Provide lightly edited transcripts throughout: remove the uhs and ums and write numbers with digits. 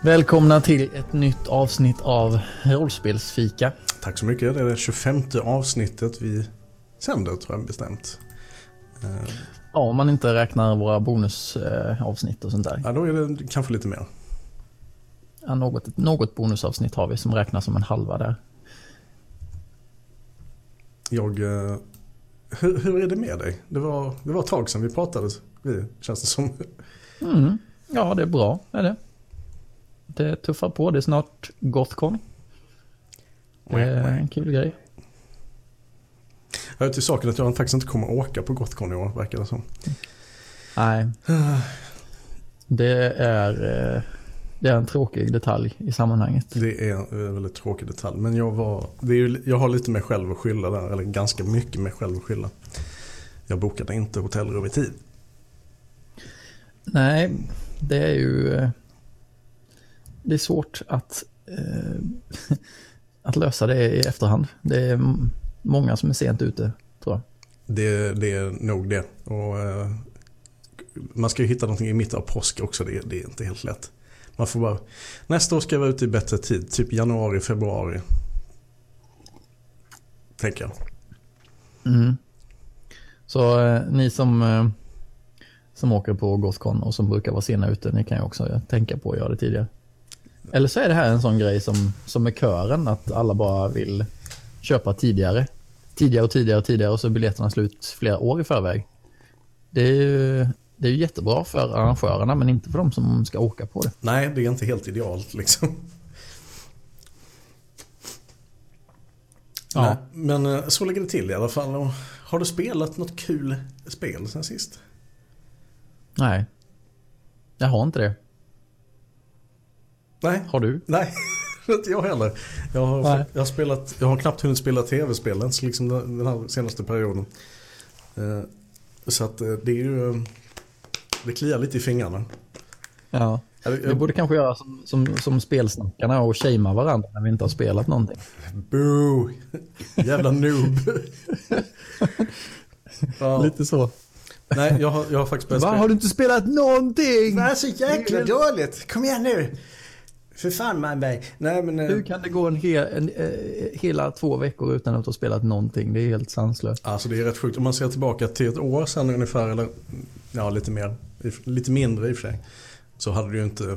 Välkomna till ett nytt avsnitt av Rollspelsfika. Tack så mycket. Det är det 25:e avsnittet vi sänder, tror jag bestämt. Ja, om man inte räknar våra bonusavsnitt och sånt där. Ja, då är det kanske lite mer. Ja, något bonusavsnitt har vi som räknas som en halva där. Hur är det med dig? Det var ett tag sedan vi pratade, känns det som. Ja, det är bra, är det. Det tuffar på, det är snart Gothcon. Det är en kul grej. Jag hör till saken att jag faktiskt inte kommer åka på Gothcon i år, verkar det som. Nej. Det är en tråkig detalj i sammanhanget. Det är en väldigt tråkig detalj. Men jag har lite mig själv att skylla där. Eller ganska mycket mig själv att skylla. Jag bokade inte hotellrum i tid. Nej, det är ju... Det är svårt att lösa det i efterhand. Det är många som är sent ute, tror jag. Det är nog det. Och man ska ju hitta någonting i mitten av påsk också. Det är inte helt lätt. Man får bara... Nästa år ska jag vara ute i bättre tid. Typ januari, februari. Tänker jag. Mm. Så ni som åker på Gothcon och som brukar vara sena ute, ni kan ju också tänka på att göra det tidigare. Eller så är det här en sån grej som med kören, att alla bara vill köpa tidigare och så är biljetterna slut flera år i förväg. Det är ju jättebra för arrangörerna, men inte för de som ska åka på det. Nej, det är inte helt idealt liksom. Ja. Nej, men så ligger det till i alla fall. Och har du spelat något kul spel sen sist? Nej, jag har inte det. Nej. Har du? Nej, inte jag heller. Jag har knappt hunnit spela tv-spelen så liksom den här senaste perioden. Så att det är ju... Det kliar lite i fingrarna. Ja, vi borde kanske göra som spelsnackarna och shamea varandra när vi inte har spelat någonting. Boo! Jävla noob. Ja. Lite så. Nej, jag har faktiskt börjat spela. Har du inte spelat någonting? Nej, så jäkla dåligt. Kom igen nu. För fan man mig. Nej, men, hur kan det gå hela 2 veckor utan att ha spelat någonting? Det är helt sanslöst. Alltså det är rätt sjukt. Om man ser tillbaka till ett år sedan ungefär, eller ja, lite mer, lite mindre i och för sig, så hade det ju inte...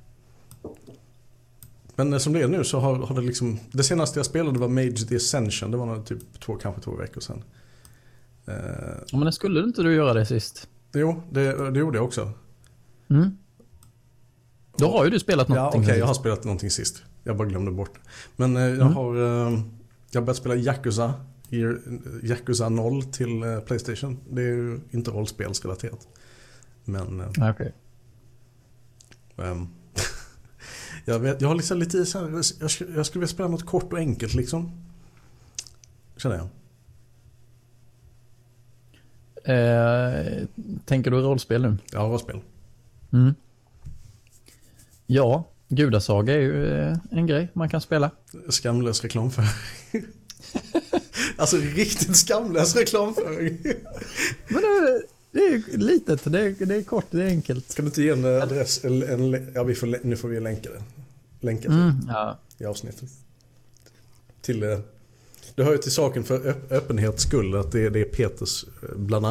Men som det är nu så har det liksom... Det senaste jag spelade var Mage the Ascension. Det var nog typ kanske 2 veckor sedan. Ja, men skulle inte du göra det sist? Jo, det gjorde jag också. Mm. Då har ju du spelat någonting. Ja, okej, jag har spelat någonting sist. Jag bara glömde bort. Men jag har börjat spela Yakuza 0 till PlayStation. Det är ju inte rollspelsrelaterat. Men okej. jag har liksom lite så här, jag skulle vilja spela något kort och enkelt liksom. Känner jag. Tänker du rollspel nu? Ja, rollspel. Mm. Ja, Gudasaga är ju en grej man kan spela. Skamlös reklamföring. Alltså riktigt skamlös reklamföring. Men det är litet, det är kort, det är enkelt. Kan du inte ge en adress? Nu får vi länka i avsnittet. Till, det hör ju till saken för öppenhets skull att det är Peters, bland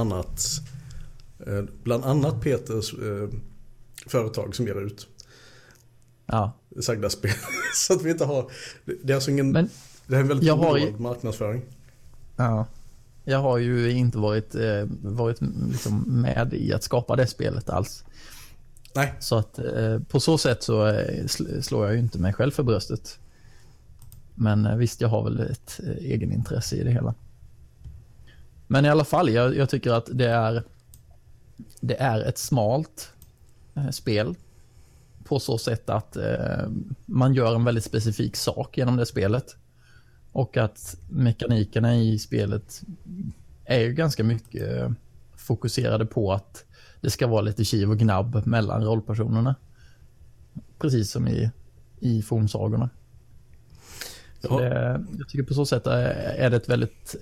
annat Peters företag som ger ut sagda spel. Så att vi inte har... Det är alltså ingen... Men det är en väldigt dålig marknadsföring. Ja. Jag har ju inte varit liksom med i att skapa det spelet alls. Nej. Så att på så sätt så slår jag ju inte mig själv för bröstet. Men visst, jag har väl ett egenintresse i det hela. Men i alla fall, jag tycker att det är ett smalt spel. På så sätt att man gör en väldigt specifik sak genom det spelet. Och att mekanikerna i spelet är ju ganska mycket fokuserade på att det ska vara lite kiv och gnabb mellan rollpersonerna. Precis som i fornsagorna. Så jag tycker på så sätt är det ett väldigt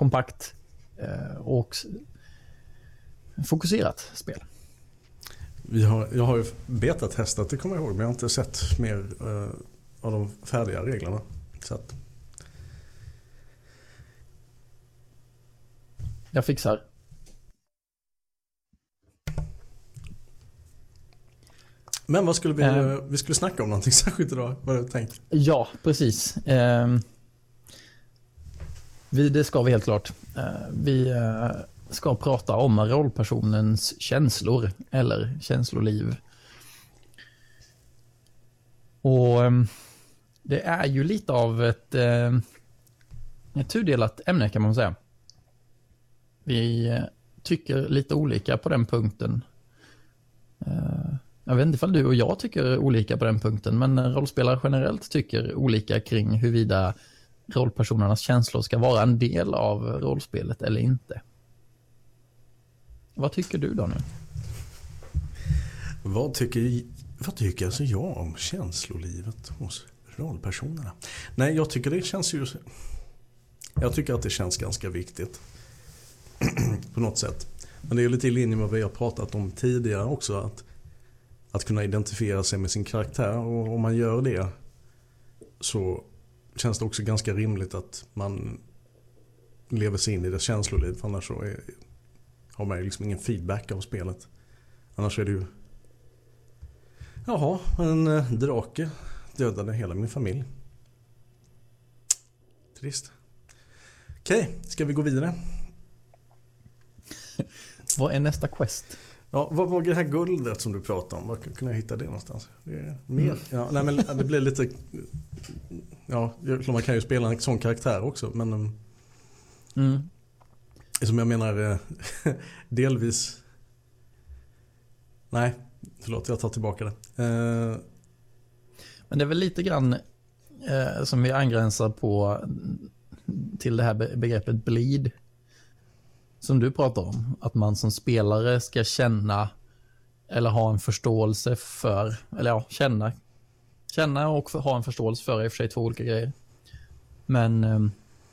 kompakt och fokuserat spel. Jag har ju betatestat, det kommer jag ihåg, men jag har inte sett mer av de färdiga reglerna. Så att... Jag fixar. Men vad skulle vi skulle snacka om någonting särskilt idag? Vad har du tänkt? Ja, precis. Det ska vi helt klart. Vi ska prata om rollpersonens känslor eller känsloliv. Och det är ju lite av ett tudelat ämne kan man säga. Vi tycker lite olika på den punkten. Jag vet inte ifall du och jag tycker olika på den punkten, men rollspelare generellt tycker olika kring huruvida rollpersonernas känslor ska vara en del av rollspelet eller inte. Vad tycker du, Daniel? Vad tycker alltså jag om känslolivet hos rollpersonerna? Nej, jag tycker att det känns ganska viktigt på något sätt. Men det är lite i linje med vad vi har pratat om tidigare också, att kunna identifiera sig med sin karaktär, och om man gör det så känns det också ganska rimligt att man lever sig in i det känsloliv, för annars så har man liksom ingen feedback av spelet. Annars är det ju en drake dödade hela min familj. Trist. Okej, ska vi gå vidare? Vad är nästa quest? Ja, vad var det här guldet som du pratade om? Var kan jag hitta det någonstans? Det är mer. Ja, nej, men det blir lite... Ja, man kan ju spela en sån karaktär också, men... Som jag menar delvis... Nej, förlåt, jag tar tillbaka det. Men det är väl lite grann som vi angränsar på till det här begreppet bleed som du pratar om, att man som spelare ska känna eller ha en förståelse för, eller ja, känna och ha en förståelse för, i och för sig två olika grejer. Men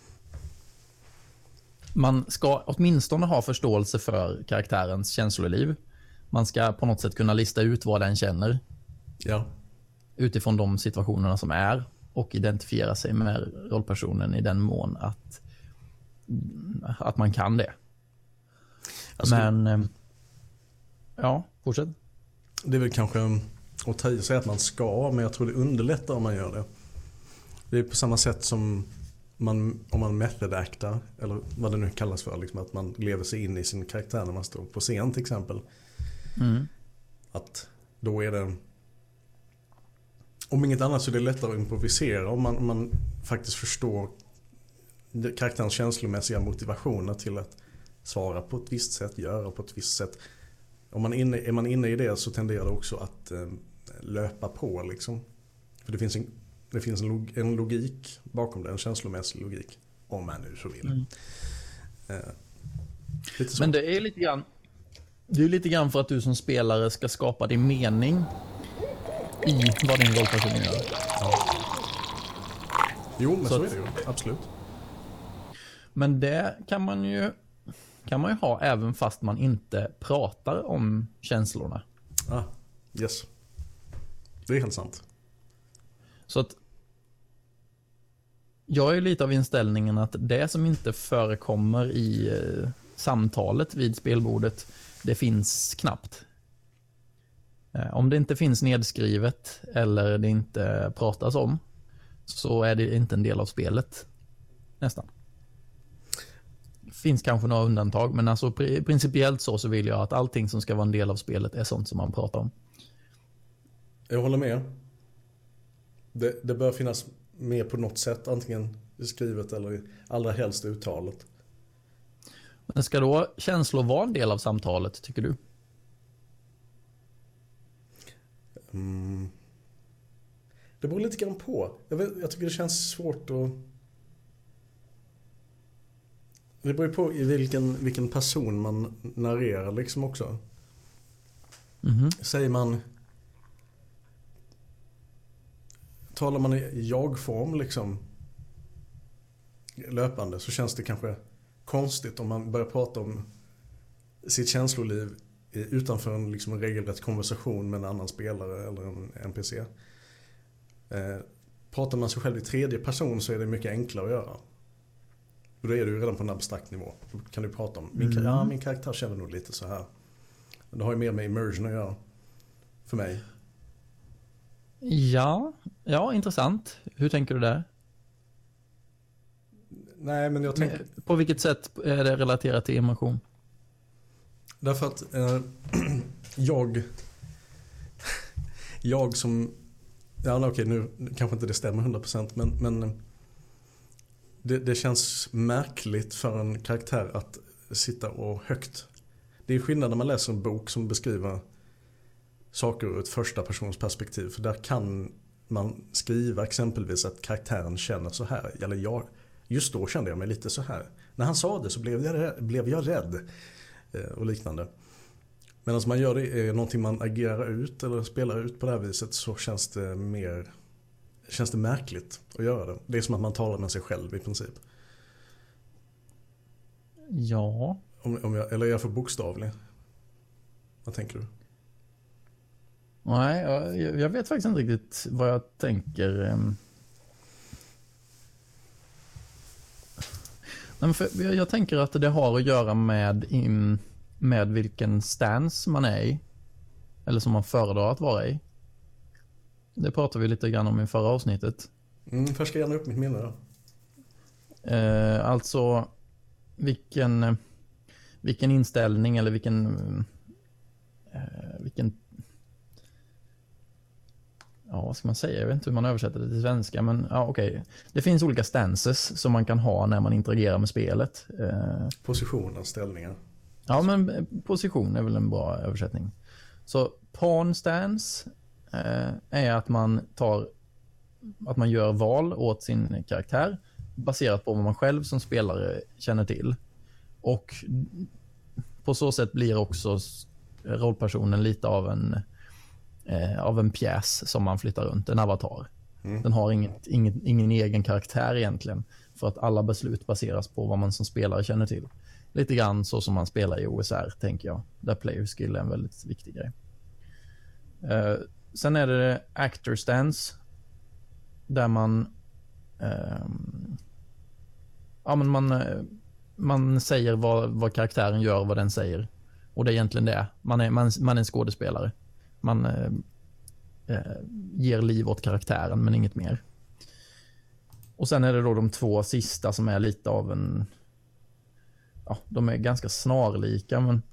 man ska åtminstone ha förståelse för karaktärens känsloliv. Man ska på något sätt kunna lista ut vad den känner. Ja. Utifrån de situationerna som är, och identifiera sig med rollpersonen i den mån att man kan det. Alltså, men ja, fortsätt. Det är väl kanske att ta i sig att man ska, men jag tror det underlättar om man gör det. Det är på samma sätt som om man method actar, eller vad det nu kallas för, liksom att man lever sig in i sin karaktär när man står på scen till exempel. Att då är det, om inget annat, så är det lättare att improvisera om man faktiskt förstår karaktärens känslomässiga motivationer till att svara på ett visst sätt, göra på ett visst sätt. Om är man inne i det, så tenderar det också att löpa på liksom. För det finns en logik bakom det, en känslomässig logik, om man nu så vill. Men det är lite grann för att du som spelare ska skapa din mening i vad din rollperson gör. Ja. Jo, men så är det ju, absolut. Men det kan man ju ha även fast man inte pratar om känslorna. Yes. Det är helt sant. Så att jag är lite av inställningen att det som inte förekommer i samtalet vid spelbordet, det finns knappt. Om det inte finns nedskrivet eller det inte pratas om, så är det inte en del av spelet. Nästan. Finns kanske några undantag, men alltså principiellt så vill jag att allting som ska vara en del av spelet är sånt som man pratar om. Jag håller med. Det bör finnas med på något sätt, antingen skrivet eller allra helst uttalet. Men ska då känslor vara en del av samtalet, tycker du? Det beror lite grann på. Jag tycker det känns svårt att... Det beror på i vilken person man narrerar liksom också. Säger man... Talar man i jag-form liksom löpande, så känns det kanske konstigt om man börjar prata om sitt känsloliv utanför en liksom regelrätt konversation med en annan spelare eller en NPC. Pratar man sig själv i tredje person så är det mycket enklare att göra. Och då är du redan på en abstrakt nivå. Då kan du prata om, min karaktär känner nog lite så här. Det har ju mer med immersion att göra. För mig. Ja, intressant. Hur tänker du där? Nej, men jag tänker... På vilket sätt är det relaterat till immersion? Därför att jag som... Ja, okej, nu kanske inte det stämmer 100%, men det känns märkligt för en karaktär att sitta och högt. Det är skillnad när man läser en bok som beskriver saker ur ett första persons perspektiv. För där kan man skriva exempelvis att karaktären känner så här. Eller just då kände jag mig lite så här. När han sa det så blev jag rädd. Och liknande. Men om man gör det är någonting man agerar ut eller spelar ut på det här viset, så känns det märkligt att göra det. Det är som att man talar med sig själv i princip. Ja. Eller är jag för bokstavlig? Vad tänker du? Nej, jag vet faktiskt inte riktigt vad jag tänker. Nej, för jag tänker att det har att göra med vilken stance man är i. Eller som man föredrar att vara i. Det pratade vi lite grann om i förra avsnittet. Först ska jag gärna upp mitt minne då. Alltså vilken inställning eller vilken ja, vad ska man säga? Jag vet inte hur man översätter det till svenska, men ja, okej. Det finns olika stances som man kan ha när man interagerar med spelet. Positioner, ställningar. Ja, men position är väl en bra översättning. Så pawn stance är att man gör val åt sin karaktär baserat på vad man själv som spelare känner till. Och på så sätt blir också rollpersonen lite av en pjäs som man flyttar runt, en avatar. Den har ingen egen karaktär egentligen, för att alla beslut baseras på vad man som spelare känner till. Lite grann så som man spelar i OSR, tänker jag. Där player skill är en väldigt viktig grej. Sen är det actor stance, där man säger vad karaktären gör, vad den säger. Och det är egentligen det. Man är en skådespelare. Man ger liv åt karaktären, men inget mer. Och sen är det då de två sista som är lite av en... Ja, de är ganska snarlika, men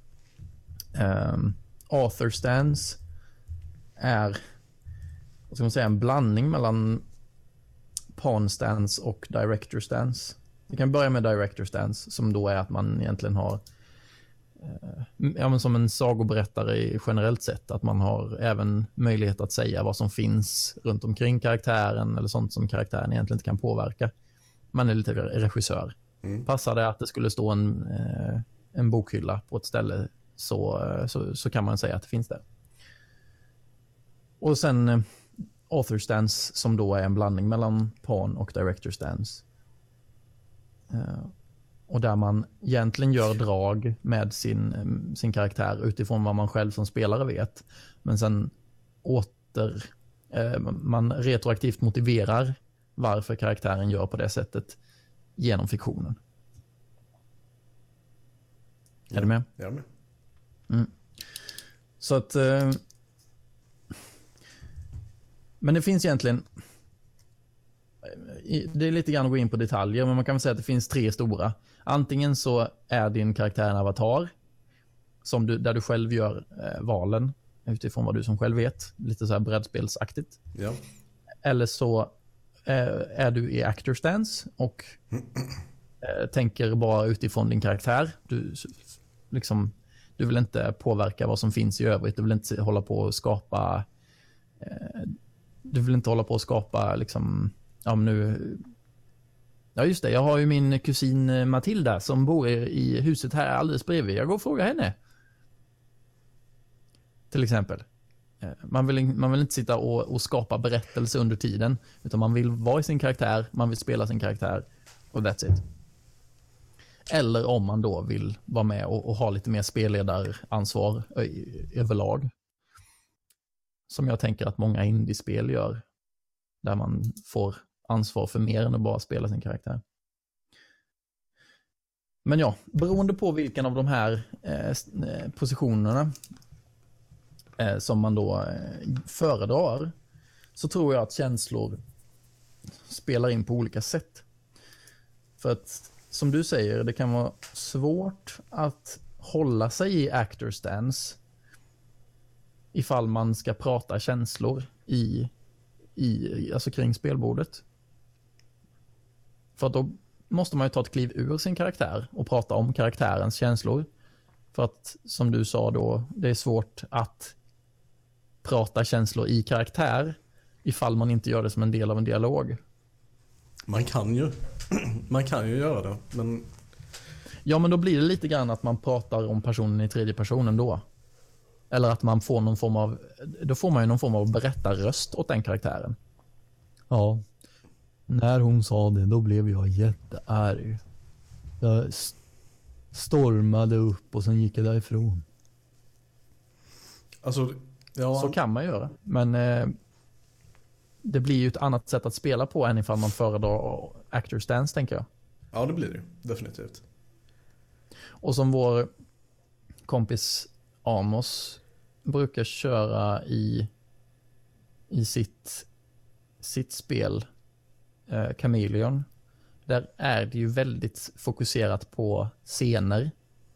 author stance är, vad ska man säga, en blandning mellan pawn stance och director stance. Vi kan börja med director stance, som då är att man egentligen har men som en sagoberättare generellt sett, att man har även möjlighet att säga vad som finns runt omkring karaktären eller sånt som karaktären egentligen inte kan påverka. Man är lite regissör. Passar det att det skulle stå en bokhylla på ett ställe, så kan man säga att det finns där. Och sen author stance, som då är en blandning mellan pawn och director stance. Och där man egentligen gör drag med sin karaktär utifrån vad man själv som spelare vet. Men sen man retroaktivt motiverar varför karaktären gör på det sättet genom fiktionen. Är du med? Jag är med. Så att... Men det finns egentligen... Det är lite grann att gå in på detaljer, men man kan väl säga att det finns 3 stora. Antingen så är din karaktär en avatar där du själv gör valen utifrån vad du som själv vet. Lite så här brädspelsaktigt. Ja. Eller så är du i actor stance och tänker bara utifrån din karaktär. Du vill inte påverka vad som finns i övrigt. Du vill inte hålla på och skapa liksom... Ja, just det. Jag har ju min kusin Matilda som bor i huset här alldeles bredvid. Jag går och frågar henne. Till exempel. Man vill inte sitta och skapa berättelse under tiden, utan man vill vara i sin karaktär, man vill spela sin karaktär, och that's it. Eller om man då vill vara med och ha lite mer spelledaransvar överlag. Som jag tänker att många indiespel gör. Där man får ansvar för mer än att bara spela sin karaktär. Men ja, beroende på vilken av de här positionerna som man då föredrar, så tror jag att känslor spelar in på olika sätt. För att, som du säger, det kan vara svårt att hålla sig i actor stance ifall man ska prata känslor alltså kring spelbordet. För då måste man ju ta ett kliv ur sin karaktär och prata om karaktärens känslor. För att, som du sa då, det är svårt att prata känslor i karaktär ifall man inte gör det som en del av en dialog. Man kan ju göra det, men... Ja, men då blir det lite grann att man pratar om personen i tredje personen då. Eller att man får någon form av... Då får man ju någon form av berättarröst åt den karaktären. Ja, när hon sa det, då blev jag jättearg. Jag stormade upp och sen gick jag därifrån. Alltså, ja... Så kan man göra, men det blir ju ett annat sätt att spela på än ifall man föredrar actor stance, tänker jag. Ja, det blir det, definitivt. Och som vår kompis Amos brukar köra i sitt spel Chameleon, där är det ju väldigt fokuserat på scener.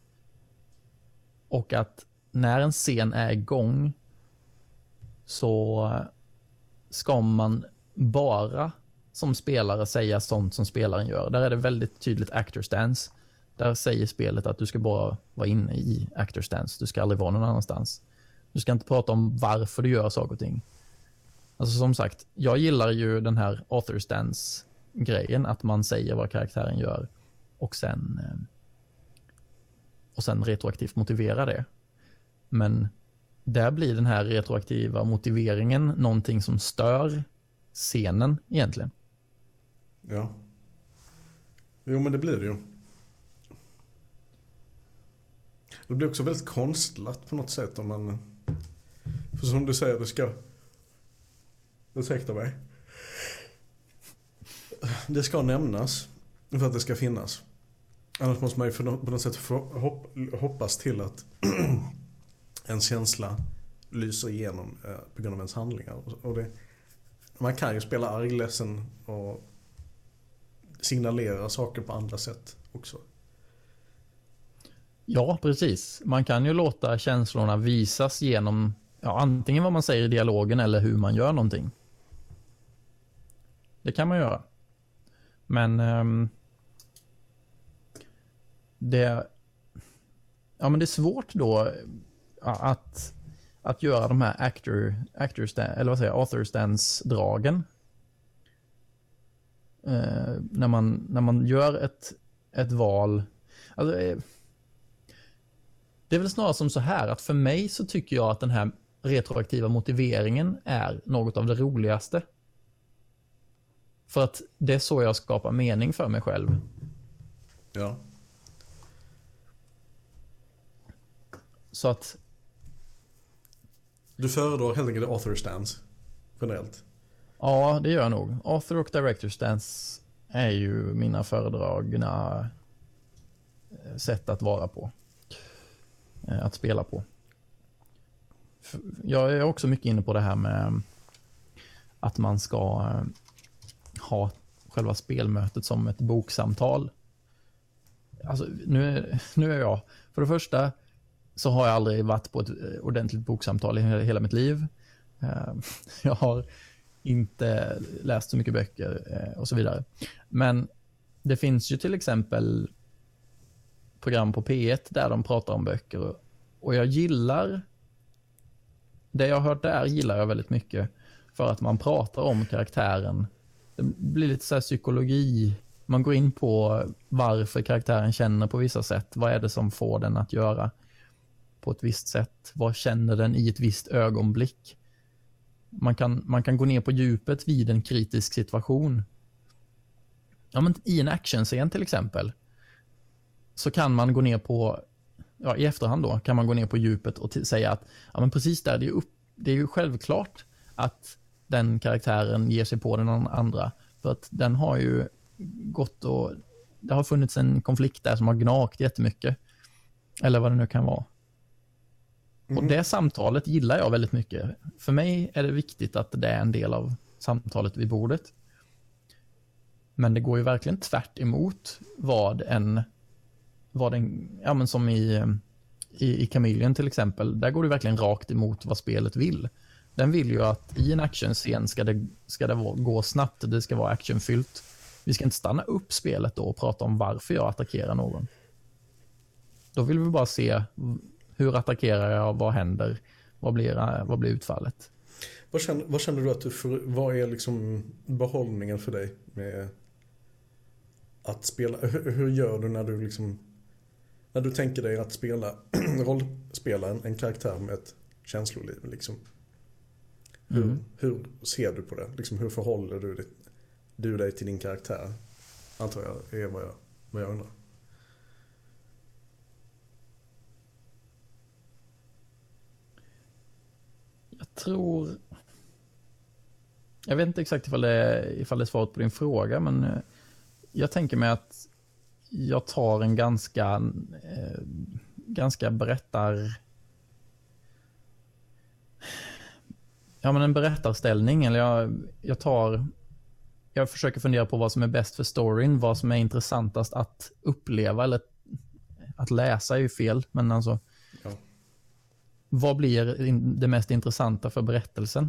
Och att när en scen är igång så ska man bara som spelare säga sånt som spelaren gör. Där är det väldigt tydligt actor stance. Där säger spelet att du ska bara vara inne i actor stance. Du ska aldrig vara någon annanstans. Du ska inte prata om varför du gör saker och ting. Alltså som sagt, jag gillar ju den här author stance grejen, att man säger vad karaktären gör och sen retroaktivt motivera det. Men där blir den här retroaktiva motiveringen någonting som stör scenen egentligen. Ja. Jo, men det blir det ju. Det blir också väldigt konstlat på något sätt om man... För som du säger, det ska... Ursäkta mig. Det ska nämnas för att det ska finnas. Annars måste man ju på något sätt hoppas till att en känsla lyser igenom på grund av ens handlingar. Och man kan ju spela arg, ledsen och signalera saker på andra sätt också. Ja, precis. Man kan ju låta känslorna visas genom antingen vad man säger i dialogen eller hur man gör någonting. Det kan man göra. Men det är svårt då att göra de här author stance dragen. När man gör ett val. Alltså, det är väl snarare som så här att för mig så tycker jag att den här retroaktiva motiveringen är något av det roligaste. För att det är så jag skapar mening för mig själv. Ja. Så att... Du föredrar helt enkelt author stance generellt? Ja, det gör jag nog. Author och director stance är ju mina föredragna sätt att vara på. Att spela på. Jag är också mycket inne på det här med att man ska ha själva spelmötet som ett boksamtal. Alltså, nu är jag... För det första så har jag aldrig varit på ett ordentligt boksamtal i hela mitt liv. Jag har inte läst så mycket böcker och så vidare. Men det finns ju till exempel program på P1 där de pratar om böcker. Och jag gillar... Det jag har hört där gillar jag väldigt mycket. För att man pratar om karaktären. Det blir lite så här psykologi. Man går in på varför karaktären känner på vissa sätt. Vad är det som får den att göra på ett visst sätt? Vad känner den i ett visst ögonblick? Man kan gå ner på djupet vid en kritisk situation. Ja, men i en actionscen till exempel. så kan man gå ner på, i efterhand då, kan man gå ner på djupet och säga att men precis där, det är ju självklart att den karaktären ger sig på den andra. För att den har ju gått och det har funnits en konflikt där som har gnagt jättemycket. Eller vad det nu kan vara. Och det samtalet gillar jag väldigt mycket. För mig är det viktigt att det är en del av samtalet vid bordet. Men det går ju verkligen tvärt emot vad en men som i Chameleon till exempel, där går det verkligen rakt emot vad spelet vill. Den vill ju att i en actionscen ska det gå snabbt, det ska vara actionfyllt. Vi ska inte stanna upp spelet då och prata om varför jag attackerar någon. Då vill vi bara se hur attackerar jag, vad händer, vad blir utfallet. Vad känner du att vad är liksom behållningen för dig med att spela? Hur gör du när du tänker dig att rollspela en karaktär med ett känsloliv liksom? Hur ser du på det? Liksom, hur förhåller du dig till din karaktär? Antar jag är vad jag undrar. Jag vet inte exakt ifall det är svaret på din fråga, men jag tänker mig att jag tar en ganska en berättarställning, eller jag försöker fundera på vad som är bäst för storyn, vad som är intressantast att uppleva, eller att läsa är ju fel, men alltså vad blir det mest intressanta för berättelsen?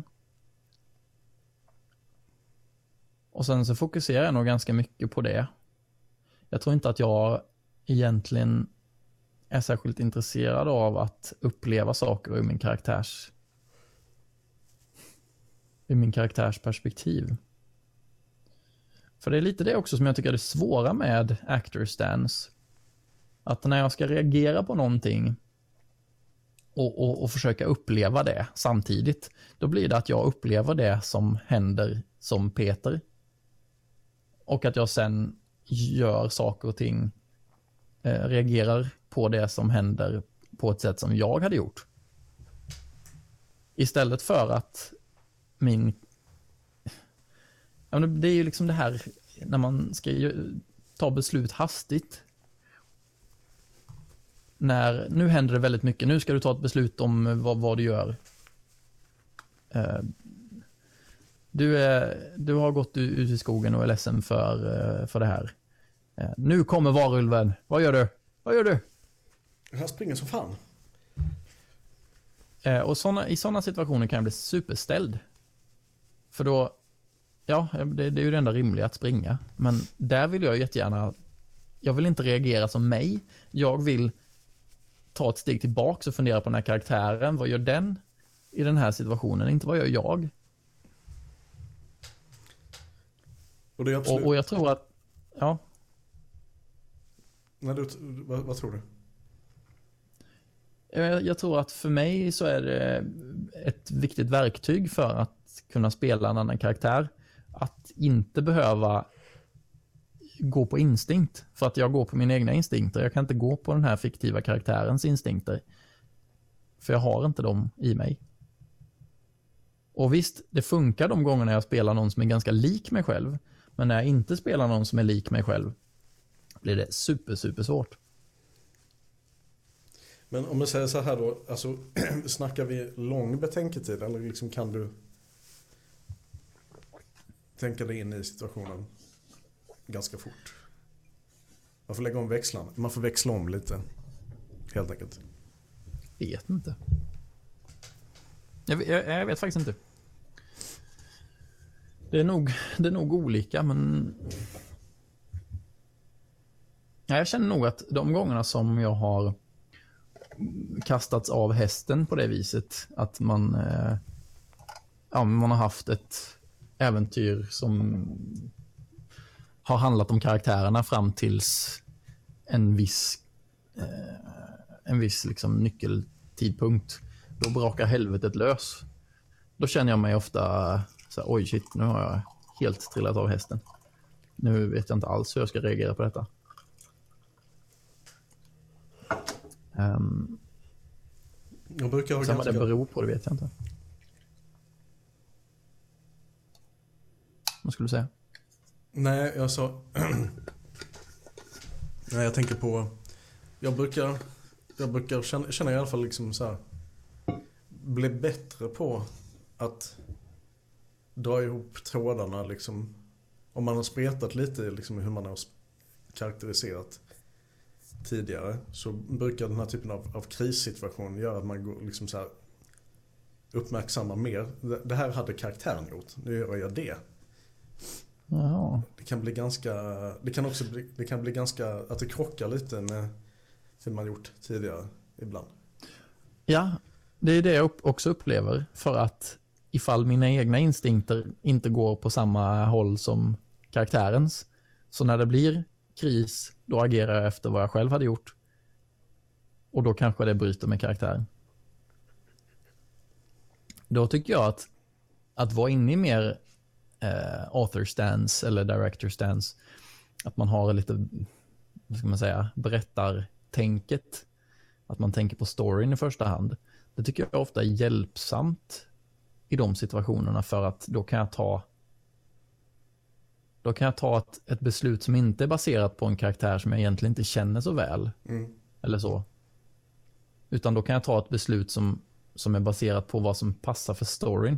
Och sen så fokuserar jag nog ganska mycket på det. Jag tror inte att jag egentligen är särskilt intresserad av att uppleva saker ur min karaktärs perspektiv. För det är lite det också som jag tycker är det svåra med actor stance. Att när jag ska reagera på någonting och försöka uppleva det samtidigt, då blir det att jag upplever det som händer som Peter. Och att jag sen gör saker och ting, reagerar på det som händer på ett sätt som jag hade gjort. Istället för att det är ju liksom det här när man ska ta beslut hastigt. Nu händer det väldigt mycket. Nu ska du ta ett beslut om vad du gör. Du har gått ut i skogen och är ledsen för det här. Nu kommer varulven. Vad gör du? Jag springer som fan. Och i sådana situationer kan jag bli superställd. För då, det är ju det enda rimliga att springa. Men där vill jag jättegärna, jag vill inte reagera som mig. Jag vill ta ett steg tillbaka och fundera på den här karaktären. Vad gör den i den här situationen? Inte vad gör jag? Och det är absolut... och jag tror att, vad tror du? Jag tror att för mig så är det ett viktigt verktyg för att kunna spela en annan karaktär. Att inte behöva gå på instinkt. För att jag går på mina egna instinkter. Jag kan inte gå på den här fiktiva karaktärens instinkter. För jag har inte dem i mig. Och visst, det funkar de gångerna jag spelar någon som är ganska lik mig själv. Men när jag inte spelar någon som är lik mig själv blir det super svårt. Men om jag säger så här då, alltså snackar vi lång betänketid eller liksom kan du tänka dig in i situationen ganska fort? Man får lägga om växlarna, man får växla om lite helt enkelt. Vet inte. Jag vet faktiskt inte. Det är nog olika, men jag känner nog att de gångerna som jag har kastats av hästen på det viset, att man har haft ett äventyr som har handlat om karaktärerna fram tills en viss liksom nyckeltidpunkt, då brakar helvetet lös. Då känner jag mig ofta så här, oj shit, nu har jag helt trillat av hästen. Nu vet jag inte alls hur jag ska reagera på detta. Jag brukar ha sen vad det beror på, det vet jag inte. Vad skulle du säga? Nej, jag sa... Nej, jag tänker på... Jag brukar känna i alla fall liksom så här... Bli bättre på att dra ihop trådarna liksom. Om man har spretat lite liksom hur man har karaktäriserat tidigare, så brukar den här typen av krissituation göra att man går liksom så här, uppmärksammar mer. Det här hade karaktären gjort, nu gör jag det. Jaha. Det kan bli ganska, det kan bli ganska att det krockar lite med hur man gjort tidigare ibland. Ja, det är det jag också upplever, för att ifall mina egna instinkter inte går på samma håll som karaktärens, så när det blir kris, då agerar jag efter vad jag själv hade gjort. Och då kanske det bryter med karaktären. Då tycker jag att vara inne i mer author stance eller director stance, att man har lite, vad ska man säga, berättartänket, att man tänker på storyn i första hand. Det tycker jag ofta är hjälpsamt i de situationerna, för att då kan jag ta ett beslut som inte är baserat på en karaktär som jag egentligen inte känner så väl. Eller så. Utan då kan jag ta ett beslut som är baserat på vad som passar för storyn.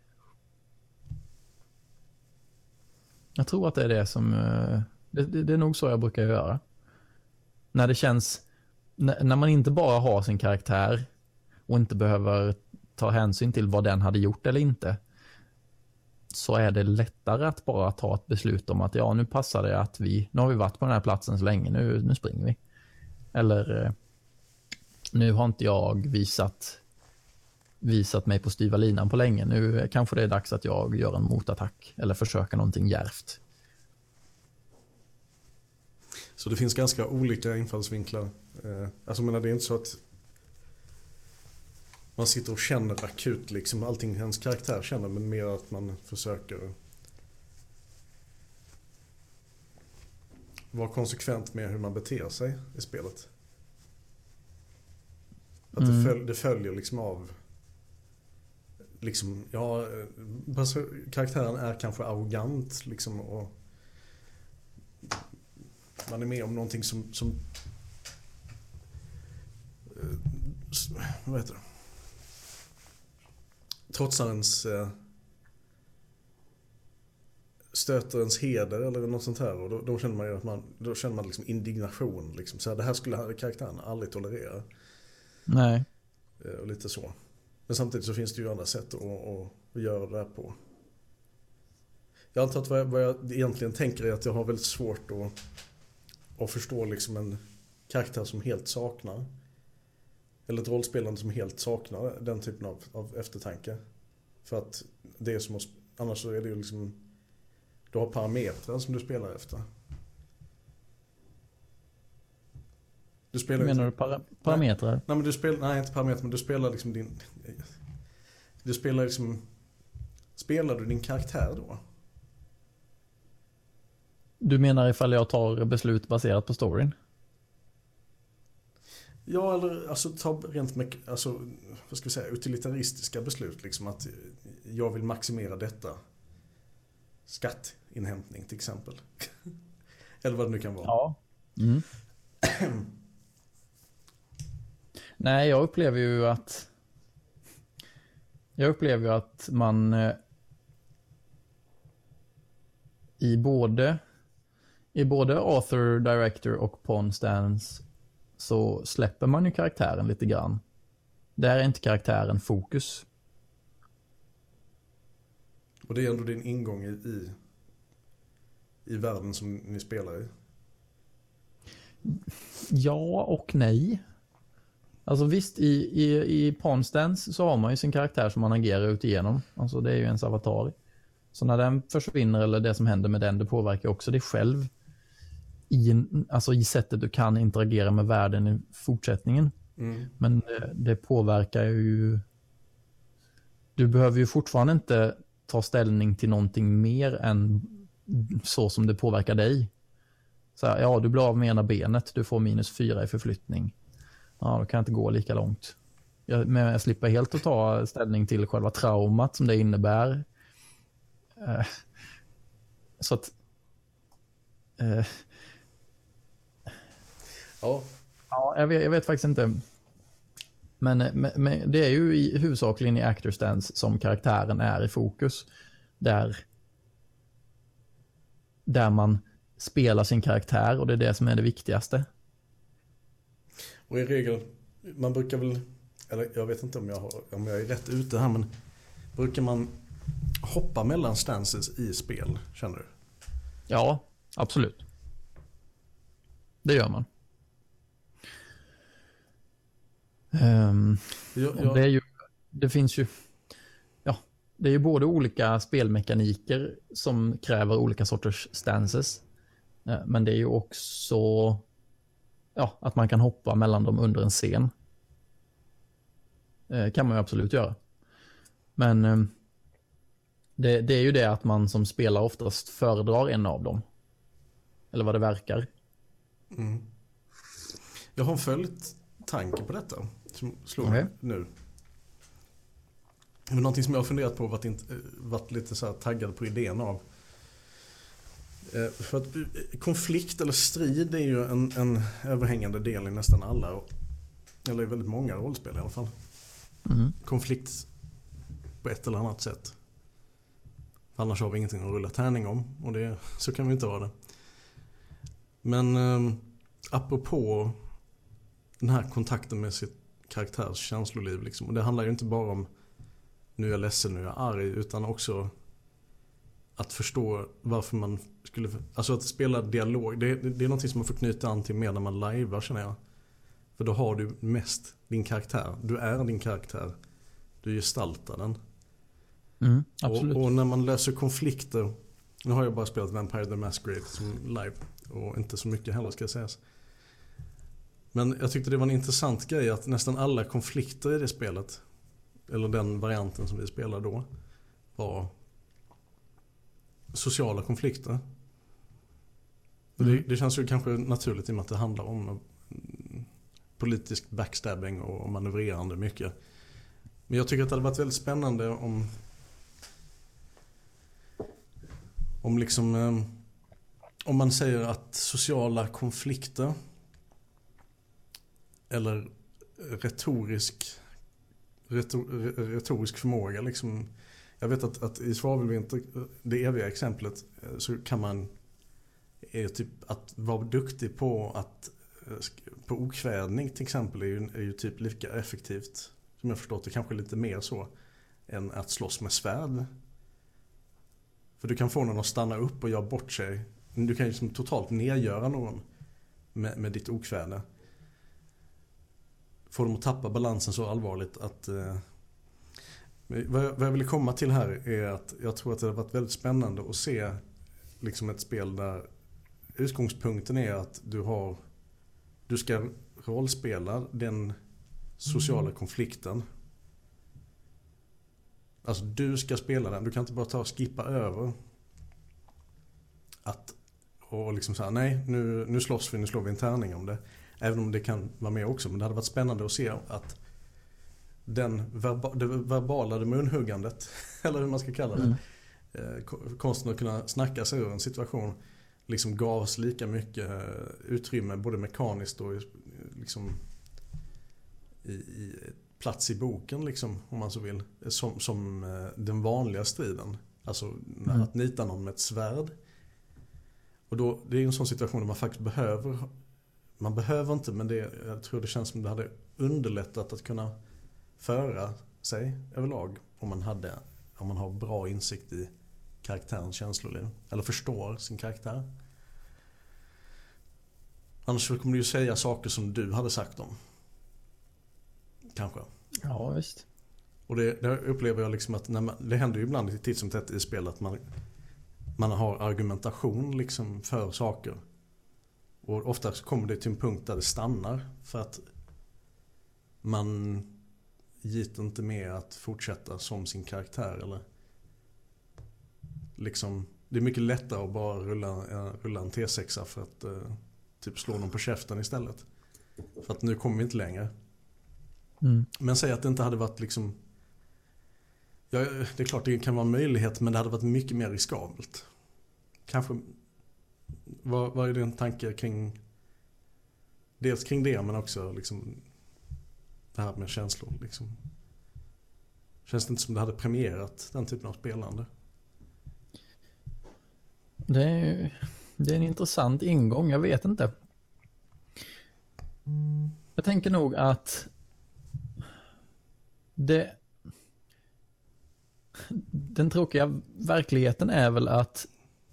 Jag tror att det är det som... Det är nog så jag brukar göra. När det känns... När man inte bara har sin karaktär och inte behöver ta hänsyn till vad den hade gjort eller inte, så är det lättare att bara ta ett beslut om att ja, nu passar det att nu har vi varit på den här platsen så länge, nu springer vi. Eller nu har inte jag visat mig på styva linan på länge, nu kanske det är dags att jag gör en motattack eller försöker någonting djärvt. Så det finns ganska olika infallsvinklar. Alltså men det är inte så att man sitter och känner akut liksom allting hennes karaktär känner, men mer att man försöker vara konsekvent med hur man beter sig i spelet. Att det följer liksom av liksom, ja, karaktären är kanske arrogant liksom, och man är med om någonting som vad heter det? Trotsar ens stöter ens heder eller något sånt här, och då känner man ju att då känner man liksom indignation liksom, så här, det här skulle karaktären aldrig tolerera. Nej. Och lite så. Men samtidigt så finns det ju andra sätt att göra det här på. Jag antar att vad jag egentligen tänker är att jag har väldigt svårt att förstå liksom en karaktär som helt saknar, eller ett rollspelande som helt saknar den typen av eftertanke. För att det är som annars så är det ju liksom, du har parametrar som du spelar efter. Du spelar menar inte, du parametrar? Nej, men du spelar, nej, inte parametrar, men du spelar liksom spelar du din karaktär då? Du menar ifall jag tar beslut baserat på storyn? Ja, eller alltså ta rent med, alltså, vad ska vi säga, utilitaristiska beslut liksom, att jag vill maximera detta, skattinhämtning till exempel. Eller vad det nu kan vara. Ja. Nej, jag upplever ju att man i både author, director och pawn stance så släpper man ju karaktären lite grann. Där är inte karaktären fokus. Och det är ändå din ingång i världen som ni spelar i? Ja och nej. Alltså visst, i pawn stance så har man ju sin karaktär som man agerar ut igenom. Alltså det är ju ens avatar. Så när den försvinner eller det som händer med den, det påverkar också dig själv i sättet du kan interagera med världen i fortsättningen. Men det påverkar ju, du behöver ju fortfarande inte ta ställning till någonting mer än så som det påverkar dig. Så här, ja, du blir av med ena benet, du får -4 i förflyttning. ja, då kan jag inte gå lika långt. Men jag slipper helt att ta ställning till själva traumat som det innebär. Så att... Ja, jag vet faktiskt inte. Men det är ju huvudsakligen i actor stance som karaktären är i fokus. Där man spelar sin karaktär, och det är det som är det viktigaste. Och i regel, man brukar väl, eller jag vet inte om jag är rätt ute här, men brukar man hoppa mellan stances i spel, känner du? Ja, absolut. Det gör man. Det finns ju, det är ju både olika spelmekaniker som kräver olika sorters stances, men det är ju också att man kan hoppa mellan dem under en scen. Kan man ju absolut göra. Men det är ju det att man som spelare oftast föredrar en av dem. Eller vad det verkar. Mm. Jag har följt tanke på detta som slår mig nu. Det är någonting som jag har funderat på och varit lite så här taggad på idén av. För att konflikt eller strid är ju en överhängande del i nästan alla, eller i väldigt många rollspel i alla fall. Mm. Konflikt på ett eller annat sätt. Annars har vi ingenting att rulla tärning om, och så kan vi inte ha det. Men apropå den här kontakten med sitt karaktärs känsloliv liksom, och det handlar ju inte bara om nu är jag ledsen, nu är jag arg, utan också att förstå varför man skulle, alltså att spela dialog, det är någonting som man får knyta an till mer när man livear, känner jag. För då har du mest din karaktär, du är din karaktär, du gestaltar den. Absolut. Och när man löser konflikter, nu har jag bara spelat Vampire the Masquerade som live, och inte så mycket heller, ska jag säga. Men jag tyckte det var en intressant grej att nästan alla konflikter i det spelet, eller den varianten som vi spelar då, var sociala konflikter. Det känns ju kanske naturligt i och med att det handlar om politisk backstabbing och manövrerande mycket. Men jag tycker att det hade varit väldigt spännande om liksom om man säger att sociala konflikter eller retorisk förmåga liksom. Jag vet att i Svavelvinter, det eviga exemplet, så kan man typ att vara duktig på okvädning till exempel är ju typ lika effektivt, som jag förstått det, kanske lite mer så än att slåss med svärd. För du kan få någon att stanna upp och göra bort sig. Du kan ju liksom totalt nedgöra någon med ditt okväde. Får dem att tappa balansen så allvarligt att vad jag ville komma till här är att jag tror att det har varit väldigt spännande att se liksom ett spel där utgångspunkten är att du ska rollspela den sociala konflikten. Alltså du ska spela den. Du kan inte bara ta och skippa över och liksom säga nej, nu slåss vi, nu slår vi en tärning om det. Även om det kan vara med också. Men det hade varit spännande att se att det verbala, det munhuggandet, eller hur man ska kalla det, konsten att kunna snacka sig ur en situation, liksom gavs lika mycket utrymme både mekaniskt och liksom i plats i boken liksom, om man så vill, som den vanliga striden. Alltså att nita någon med ett svärd. Och då, det är en sån situation där man faktiskt man behöver inte, men jag tror det känns som det hade underlättat att kunna föra sig överlag om man har bra insikt i karaktärens känsloliv eller förstår sin karaktär. Annars kommer du ju säga saker som du hade sagt om. Kanske. Ja, visst. Och det upplever jag liksom att det händer ju ibland titt som tätt i spel att man har argumentation liksom för saker. Och ofta kommer det till en punkt där det stannar för att man gitter inte med att fortsätta som sin karaktär, eller liksom, det är mycket lättare att bara rulla en T6 för att typ slå någon på käften istället. För att nu kommer vi inte längre. Men säg att det inte hade varit liksom... Ja, det är klart det kan vara en möjlighet, men det hade varit mycket mer riskabelt. Kanske... Vad är din tanke kring... Dels kring det, men också liksom... Det här med känslor liksom. Känns det inte som det hade premierat den typen av spelande? Det är en intressant ingång, jag vet inte. Jag tänker nog att den tråkiga verkligheten är väl att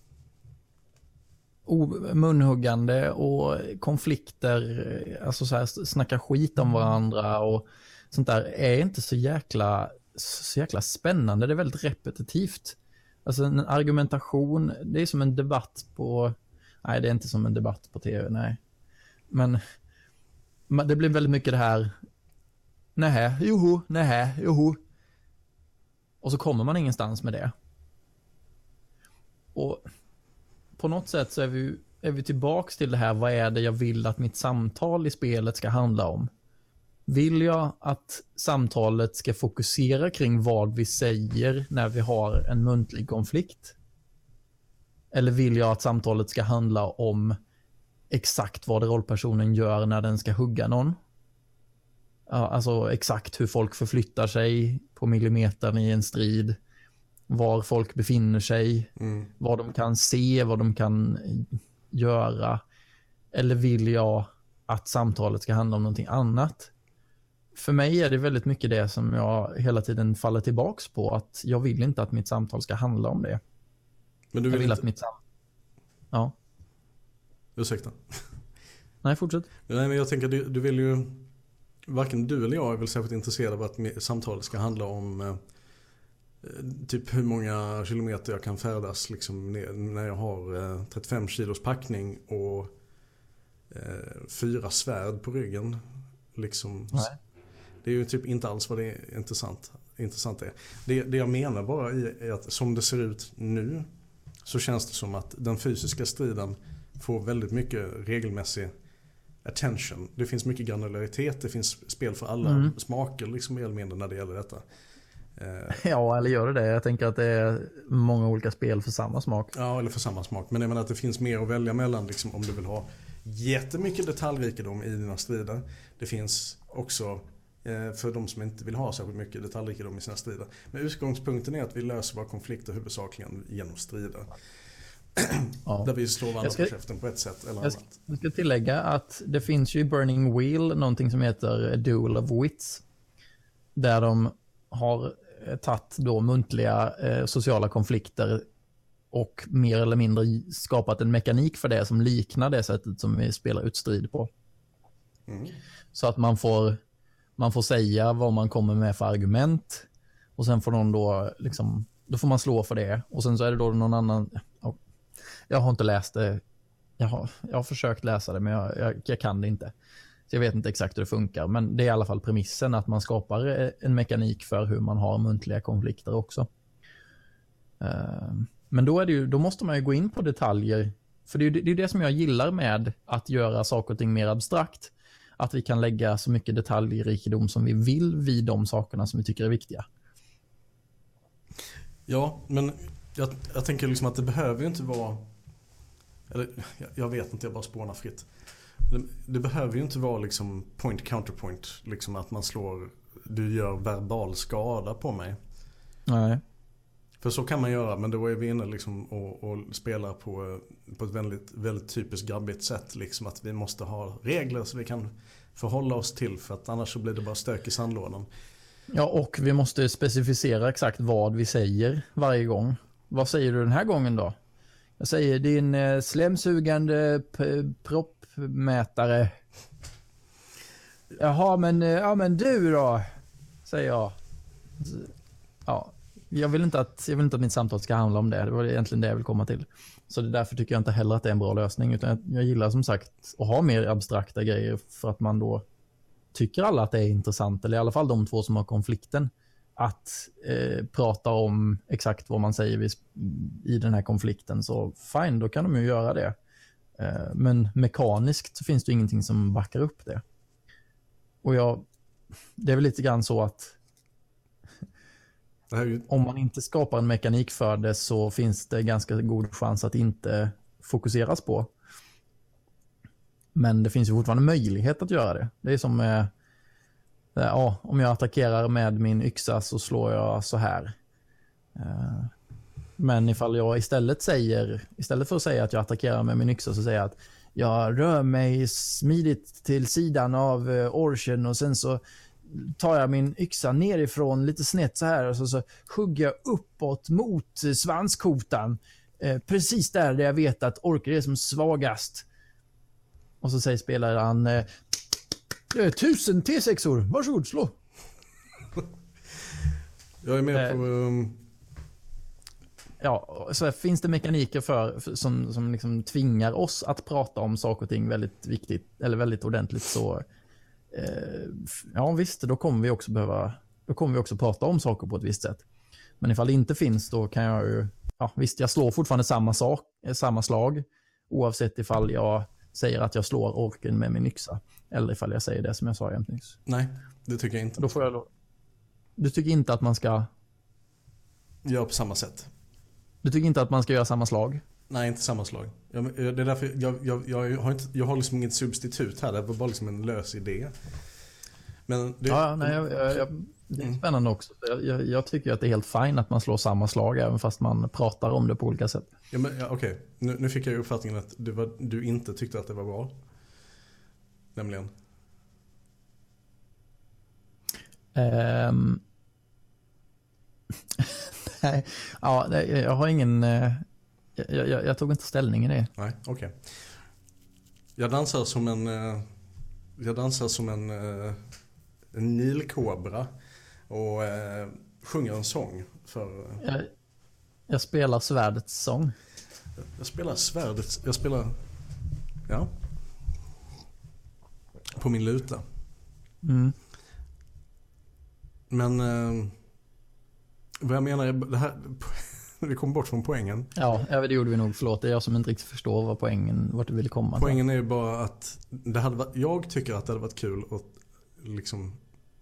munhuggande och konflikter, alltså så här, snacka skit om varandra och sånt där är inte så jäkla spännande. Det är väldigt repetitivt. Alltså en argumentation, det är som en debatt på... Nej, det är inte som en debatt på tv, nej. Men det blir väldigt mycket det här... Nej, joho. Och så kommer man ingenstans med det. Och på något sätt så är vi tillbaks till det här, vad är det jag vill att mitt samtal i spelet ska handla om? Vill jag att samtalet ska fokusera kring vad vi säger när vi har en muntlig konflikt? Eller vill jag att samtalet ska handla om exakt vad rollpersonen gör när den ska hugga någon? Alltså exakt hur folk förflyttar sig på millimetern i en strid. Var folk befinner sig. Vad de kan se, vad de kan göra. Eller vill jag att samtalet ska handla om någonting annat? För mig är det väldigt mycket det som jag hela tiden faller tillbaks på. Att jag vill inte att mitt samtal ska handla om det. Men du vill inte... att mitt samtal... Ja. Ursäkta. Nej, fortsätt. Nej, men jag tänker du vill ju... Varken du eller jag är väl särskilt intresserad av att samtalet ska handla om typ hur många kilometer jag kan färdas liksom, när jag har 35 kilos packning och 4 svärd på ryggen. Liksom. Nej. Det är ju typ inte alls vad det är intressant är. Det jag menar bara är att som det ser ut nu så känns det som att den fysiska striden får väldigt mycket regelmässig attention. Det finns mycket granularitet, det finns spel för alla smaker liksom mer eller mindre när det gäller detta. Ja, eller gör det. Jag tänker att det är många olika spel för samma smak. Ja, eller för samma smak. Men jag menar att det finns mer att välja mellan liksom, om du vill ha jättemycket detaljrikedom i dina strider. Det finns också för de som inte vill ha särskilt mycket detaljrikedom i sina strider. Men utgångspunkten är att vi löser våra konflikter huvudsakligen genom strider. Ja. Där vi slår varandra på käften på ett sätt eller annat. Jag ska tillägga att det finns ju i Burning Wheel någonting som heter Duel of Wits. Där de har tagit då muntliga sociala konflikter och mer eller mindre skapat en mekanik för det som liknar det sättet som vi spelar ut strid på. Så att man får säga vad man kommer med för argument och sen får någon då liksom, då får man slå för det och sen så är det då någon annan. Jag har inte läst det. Jag har försökt läsa det men jag kan det inte. Så jag vet inte exakt hur det funkar, men det är i alla fall premissen att man skapar en mekanik för hur man har muntliga konflikter också. Men då måste man ju gå in på detaljer, för det är det som jag gillar med att göra saker och ting mer abstrakt, att vi kan lägga så mycket detaljrikedom som vi vill vid de sakerna som vi tycker är viktiga. Ja, men jag tänker liksom att det behöver ju inte vara, eller jag vet inte, jag bara spånar fritt. Det behöver ju inte vara liksom point counterpoint, liksom att man slår, du gör verbal skada på mig. Nej. För så kan man göra, men då är vi inne liksom och spelar på ett väldigt, väldigt typiskt grabbigt sätt, liksom att vi måste ha regler så vi kan förhålla oss till, för att annars så blir det bara stök i sandlådan. Ja, och vi måste specificera exakt vad vi säger varje gång. Vad säger du den här gången då? Jag säger din slemsugande proppmätare. Jaha, men du då? Säger jag. Ja, jag vill inte att mitt samtal ska handla om det. Det var egentligen det jag vill komma till. Så därför tycker jag inte heller att det är en bra lösning. Utan jag gillar som sagt att ha mer abstrakta grejer, för att man då tycker alla att det är intressant. Eller i alla fall de två som har konflikten. Att prata om exakt vad man säger i den här konflikten. Så fine, då kan de ju göra det. Men mekaniskt så finns det ingenting som backar upp det. Och det är väl lite grann så att om man inte skapar en mekanik för det så finns det ganska god chans att inte fokuseras på. Men det finns ju fortfarande möjlighet att göra det. Det är som om jag attackerar med min yxa så slår jag så här. Men ifall jag istället för att säga att jag attackerar med min yxa så säger jag att jag rör mig smidigt till sidan av orchen och sen så tar jag min yxa nerifrån lite snett så här och så hugger jag uppåt mot svanskotan. Precis där jag vet att orker är som svagast. Och så säger spelaren 1000 T6-or, varsågod slå. Jag är med på... Ja, så finns det mekaniker som liksom tvingar oss att prata om saker och ting väldigt viktigt eller väldigt ordentligt så ja visst, då kommer vi också prata om saker på ett visst sätt. Men ifall det inte finns då kan jag ju visst, jag slår fortfarande samma slag oavsett ifall jag säger att jag slår orken med min yxa eller ifall jag säger det som jag sa jämt nyss. Nej, det tycker jag inte. Då får jag Du tycker inte att man ska göra på samma sätt? Du tycker inte att man ska göra samma slag? Nej, inte samma slag. Det är därför jag har liksom inget substitut här. Det var bara liksom en lös idé. Men det, det är spännande också. Jag tycker att det är helt fint att man slår samma slag även fast man pratar om det på olika sätt. Okej. Nu fick jag ju uppfattningen att du inte tyckte att det var bra. Nämligen. Nej, jag har ingen... Jag tog inte ställning i det. Nej, okej. Jag dansar som en nilkobra och sjunger en sång för... Jag spelar svärdets sång. Jag spelar ja. På min luta. Mm. Men vad jag menar är det här vi kom bort från poängen. Ja, det gjorde vi nog. Förlåt, det är jag som inte riktigt förstår vart du vill komma. Poängen är ju bara att jag tycker att det hade varit kul att liksom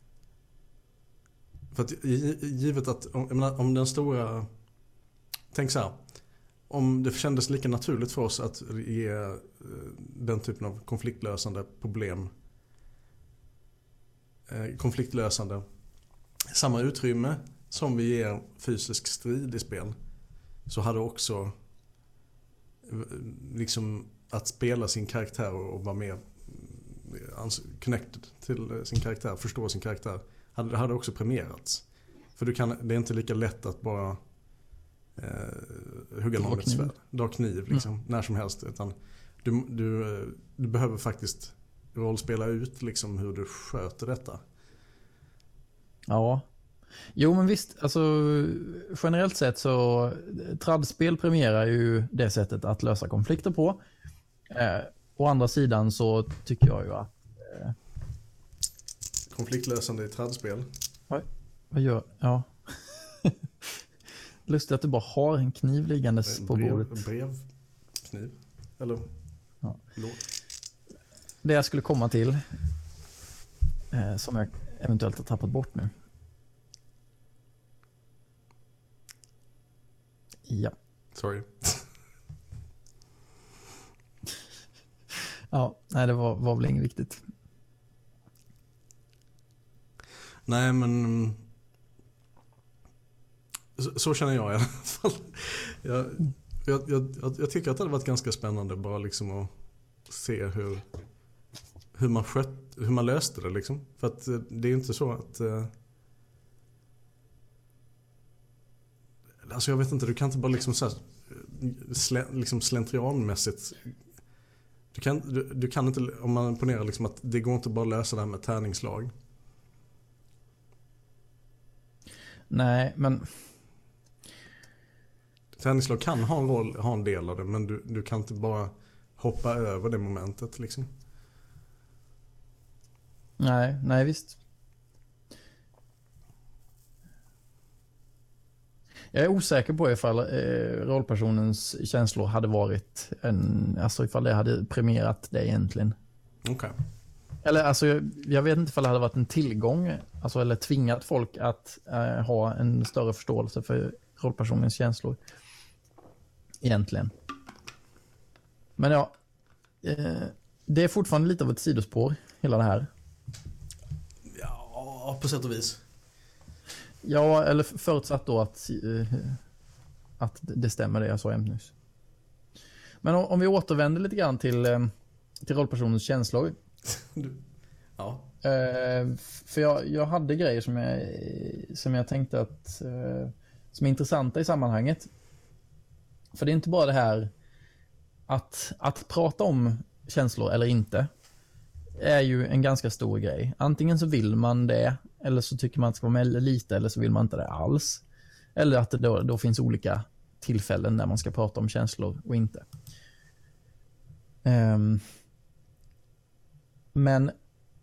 för att givet att om den stora tänk så här, om det kändes lika naturligt för oss att ge den typen av konfliktlösande samma utrymme som vi ger fysisk strid i spel, så hade också liksom att spela sin karaktär och vara mer connected till sin karaktär, förstå sin karaktär, hade också premierats. För det är inte lika lätt att bara hugga någon med ett svärd, dra kniv liksom, när som helst, utan du behöver faktiskt rollspela ut liksom hur du sköter detta. Ja. Jo, men visst, alltså generellt sett så tradspel premierar ju det sättet att lösa konflikter på. Å andra sidan så tycker jag ju att konfliktlösande i tradspel. Vad gör? Ja. Lustigt att du bara har en kniv liggandes på bordet. Brevkniv. Eller det jag skulle komma till som jag eventuellt har tappat bort nu. Ja. Sorry. Ja, nej, det var väl inget viktigt. Nej, men så känner jag i alla fall. Jag tycker att det hade varit ganska spännande bara liksom att se hur man löste det liksom. För att det är ju inte så att alltså jag vet inte, du kan inte bara liksom så här, liksom slentrianmässigt du kan inte, om man ponerar liksom att det går inte bara att lösa det här med tärningslag. Nej, men tärningslag kan ha en del av det, men du kan inte bara hoppa över det momentet liksom. Nej, visst. Jag är osäker på ifall rollpersonens känslor hade varit ifall det hade premierat det egentligen. Okej. Eller alltså, jag vet inte om det hade varit en tillgång, alltså, eller tvingat folk att ha en större förståelse för rollpersonens känslor. Egentligen. Men ja, det är fortfarande lite av ett sidospår, hela det här. Ja, på sätt och vis. Ja, eller förutsatt då att det stämmer det jag sa nyss. Men om vi återvänder lite grann till rollpersonens känslor. Ja. För jag hade grejer som jag tänkte att som är intressanta i sammanhanget. För det är inte bara det här att prata om känslor eller inte är ju en ganska stor grej. Antingen så vill man det, eller så tycker man att det ska vara med lite, eller så vill man inte det alls. Eller att det då finns olika tillfällen där man ska prata om känslor och inte. Men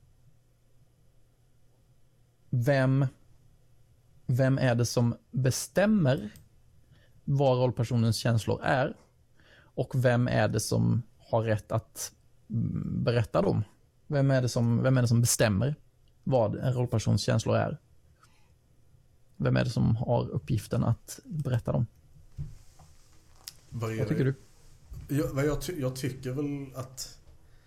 vem är det som bestämmer vad rollpersonens känslor är? Och vem är det som har rätt att berätta dem? Vem är det som bestämmer vad en rollpersons känslor är? Vem är det som har uppgiften att berätta dem? Vad tycker du? Jag tycker väl att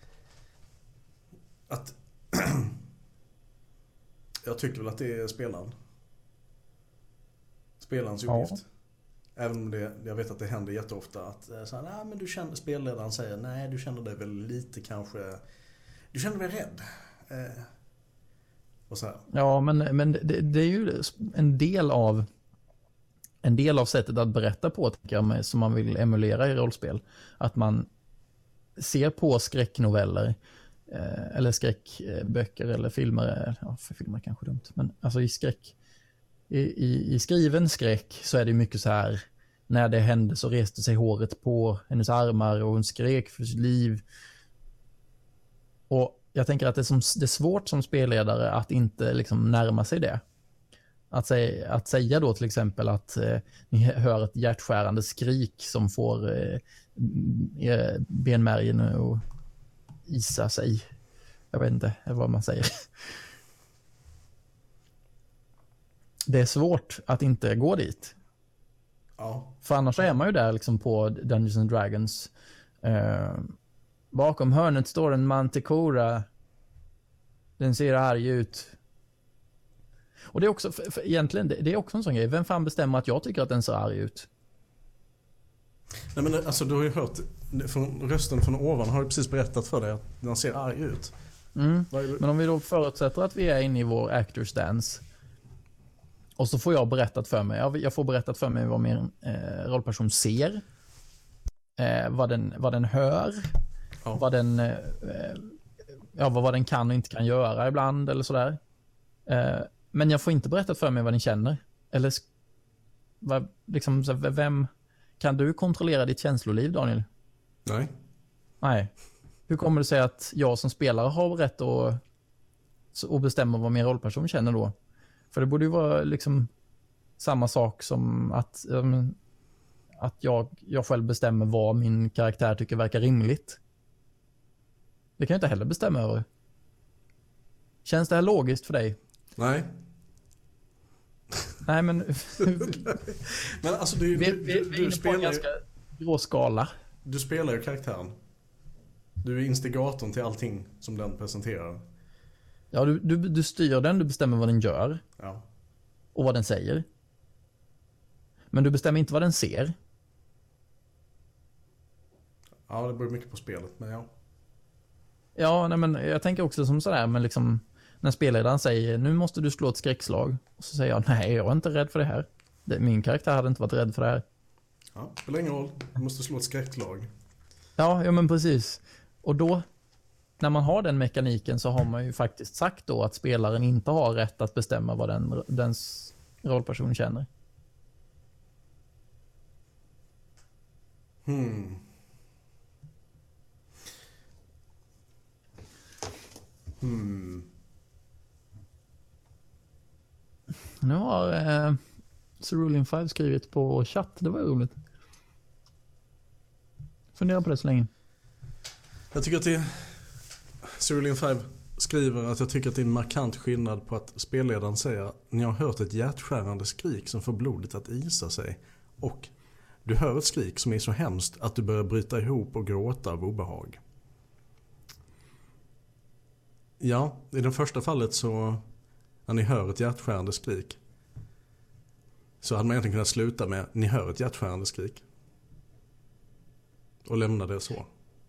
jag tycker väl att det är spelarens uppgift. Även om jag vet att det händer jätteofta att så här, nej, men du känner, spelledaren säger nej, du känner dig väl lite kanske, du känner dig rädd. Och så här. Ja, men det är ju en del av sättet att berätta på, tycker jag, som man vill emulera i rollspel. Att man ser på skräcknoveller eller skräckböcker eller filmer. Ja, för filmer kanske dumt. Men alltså i skriven skräck så är det mycket så här, när det hände så reste sig håret på hennes armar och hon skrek för sitt liv. Och jag tänker att det är svårt som spelledare att inte liksom närma sig det. Att säga då till exempel att ni hör ett hjärtskärande skrik som får benmärgen och isa sig. Jag vet inte vad man säger. Det är svårt att inte gå dit. Ja. För annars är man ju där liksom på Dungeons and Dragons. Bakom hörnet står en manticora. Den ser arg ut. Och det är också, för egentligen, det är också en sån grej. Vem fan bestämmer att jag tycker att den ser arg ut? Nej, men alltså, du har ju hört rösten från ovan har ju precis berättat för dig att den ser arg ut. Men om vi då förutsätter att vi är inne i vår actor stance och så får jag berättat för mig, jag får berättat för mig vad min rollperson ser, vad den hör, vad den kan och inte kan göra ibland eller sådär. Men jag får inte berättat för mig vad den känner. Eller liksom, vem kan du kontrollera ditt känsloliv, Daniel? Nej. Hur kommer det sig att jag som spelare har rätt att bestämma vad min rollperson känner då? För det borde ju vara liksom samma sak som att jag själv bestämmer vad min karaktär tycker verkar rimligt. Det kan jag inte heller bestämma över. Känns det här logiskt för dig? Nej. Nej, men men alltså du spelar en ganska grå skala. Du spelar ju karaktären. Du är instigatorn till allting som den presenterar. Ja, du styr den, du bestämmer vad den gör. Ja. Och vad den säger. Men du bestämmer inte vad den ser. Ja, det beror mycket på spelet, men ja. Ja, nej, men jag tänker också som sådär, men liksom när spelledaren säger, nu måste du slå ett skräckslag. Och så säger jag, nej, jag är inte rädd för det här. Min karaktär hade inte varit rädd för det här. Ja, det spelar ingen roll. Du måste slå ett skräckslag. Ja, men precis. Och då, när man har den mekaniken, så har man ju faktiskt sagt då att spelaren inte har rätt att bestämma vad dens rollperson känner. Nu har Cerulean 5 skrivit på chatt. Det var roligt. Fundera på det så länge. Jag tycker att Cerulean 5 skriver att jag tycker att det är en markant skillnad på att spelledaren säger ni har hört ett hjärtskärande skrik som får blodet att isa sig och du hör ett skrik som är så hemskt att du börjar bryta ihop och gråta av obehag. Ja, i det första fallet så när ni hör ett hjärtskärande skrik så hade man egentligen kunnat sluta med ni hör ett hjärtskärande skrik och lämna det så.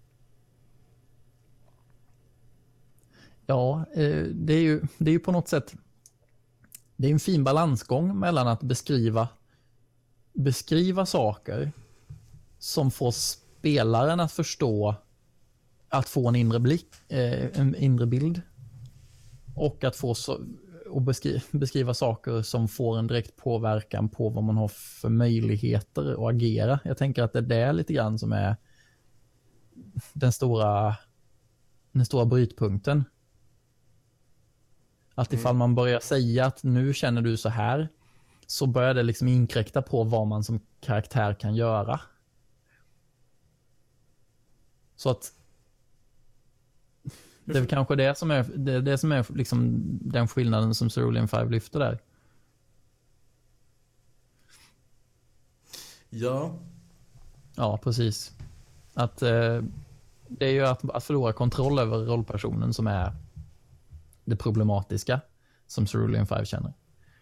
Ja, det är ju på något sätt det är en fin balansgång mellan att beskriva saker som får spelaren att förstå, att få en inre bild och att få beskriva saker som får en direkt påverkan på vad man har för möjligheter att agera. Jag tänker att det är lite grann som är den stora brytpunkten. Att ifall man börjar säga att nu känner du så här, så börjar det liksom inkräkta på vad man som karaktär kan göra. Så att det är kanske det som är liksom den skillnaden som Cerulean 5 lyfter där. Ja. Ja, precis. Att det är ju att förlora kontroll över rollpersonen som är det problematiska som Cerulean 5 känner.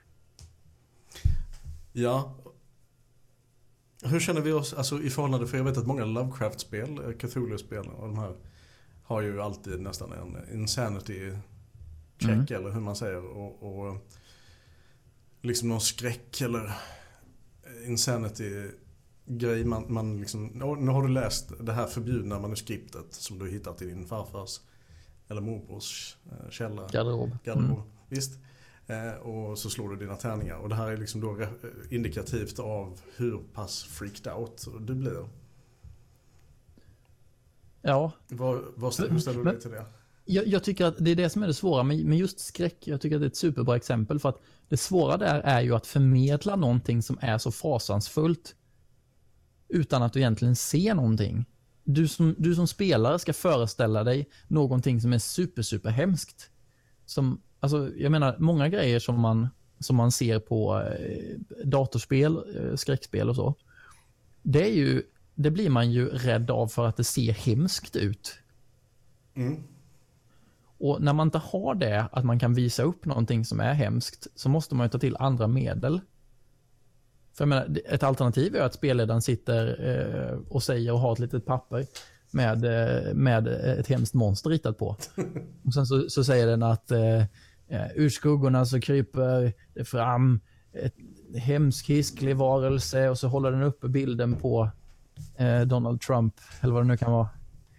Ja. Hur känner vi oss alltså, i förhållande, för jag vet att många Lovecraft-spel, Cthulhu-spel och de här har ju alltid nästan en insanity check eller hur man säger och liksom någon skräck eller insanity grej man liksom, nu har du läst det här förbjudna manuskriptet som du hittat i din farfars eller morbrors källare. Garderob. Visst. Och så slår du dina tärningar. Och det här är liksom då indikativt av hur pass freaked out du blir. Ja. Hur ställer du dig till det? Jag tycker att det är det som är det svåra med just skräck. Jag tycker att det är ett superbra exempel, för att det svåra där är ju att förmedla någonting som är så fasansfullt utan att du egentligen ser någonting. Du som spelare ska föreställa dig någonting som är super hemskt. Alltså, jag menar, många grejer som man ser på datorspel, skräckspel och så. Det blir man ju rädd av för att det ser hemskt ut. Mm. Och när man inte har det, att man kan visa upp någonting som är hemskt, så måste man ju ta till andra medel. För jag menar, ett alternativ är att spelledaren sitter och säger och har ett litet papper med ett hemskt monster ritat på. Och sen så säger den att ur skuggorna så kryper det fram ett hemsk hisklig varelse, och så håller den uppe bilden på Donald Trump eller vad det nu kan vara.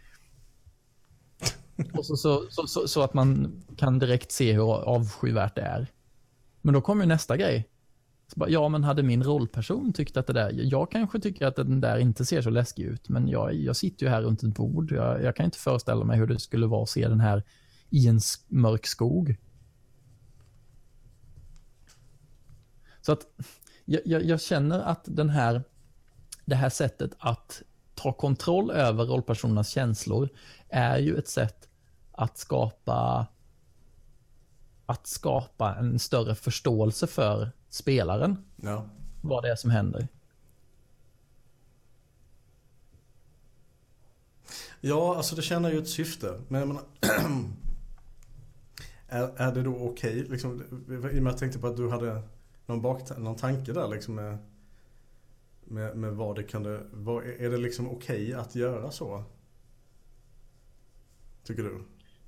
Och så att man kan direkt se hur avskyvärt det är. Men då kommer ju nästa grej. Ja, men hade min rollperson tyckt att det där, jag kanske tycker att den där inte ser så läskig ut, men jag sitter ju här runt ett bord. Jag kan inte föreställa mig hur det skulle vara att se den här i en mörk skog. Så att jag känner att det här sättet att ta kontroll över rollpersonernas känslor är ju ett sätt att skapa en större förståelse för spelaren. Ja. Vad det är som händer. Ja, alltså det tjänar ju ett syfte. Men jag menar, är det då okej? Liksom, i och med att jag tänkte på att du hade någon tanke där liksom med vad det kan det, är det liksom okej att göra så? Tycker du?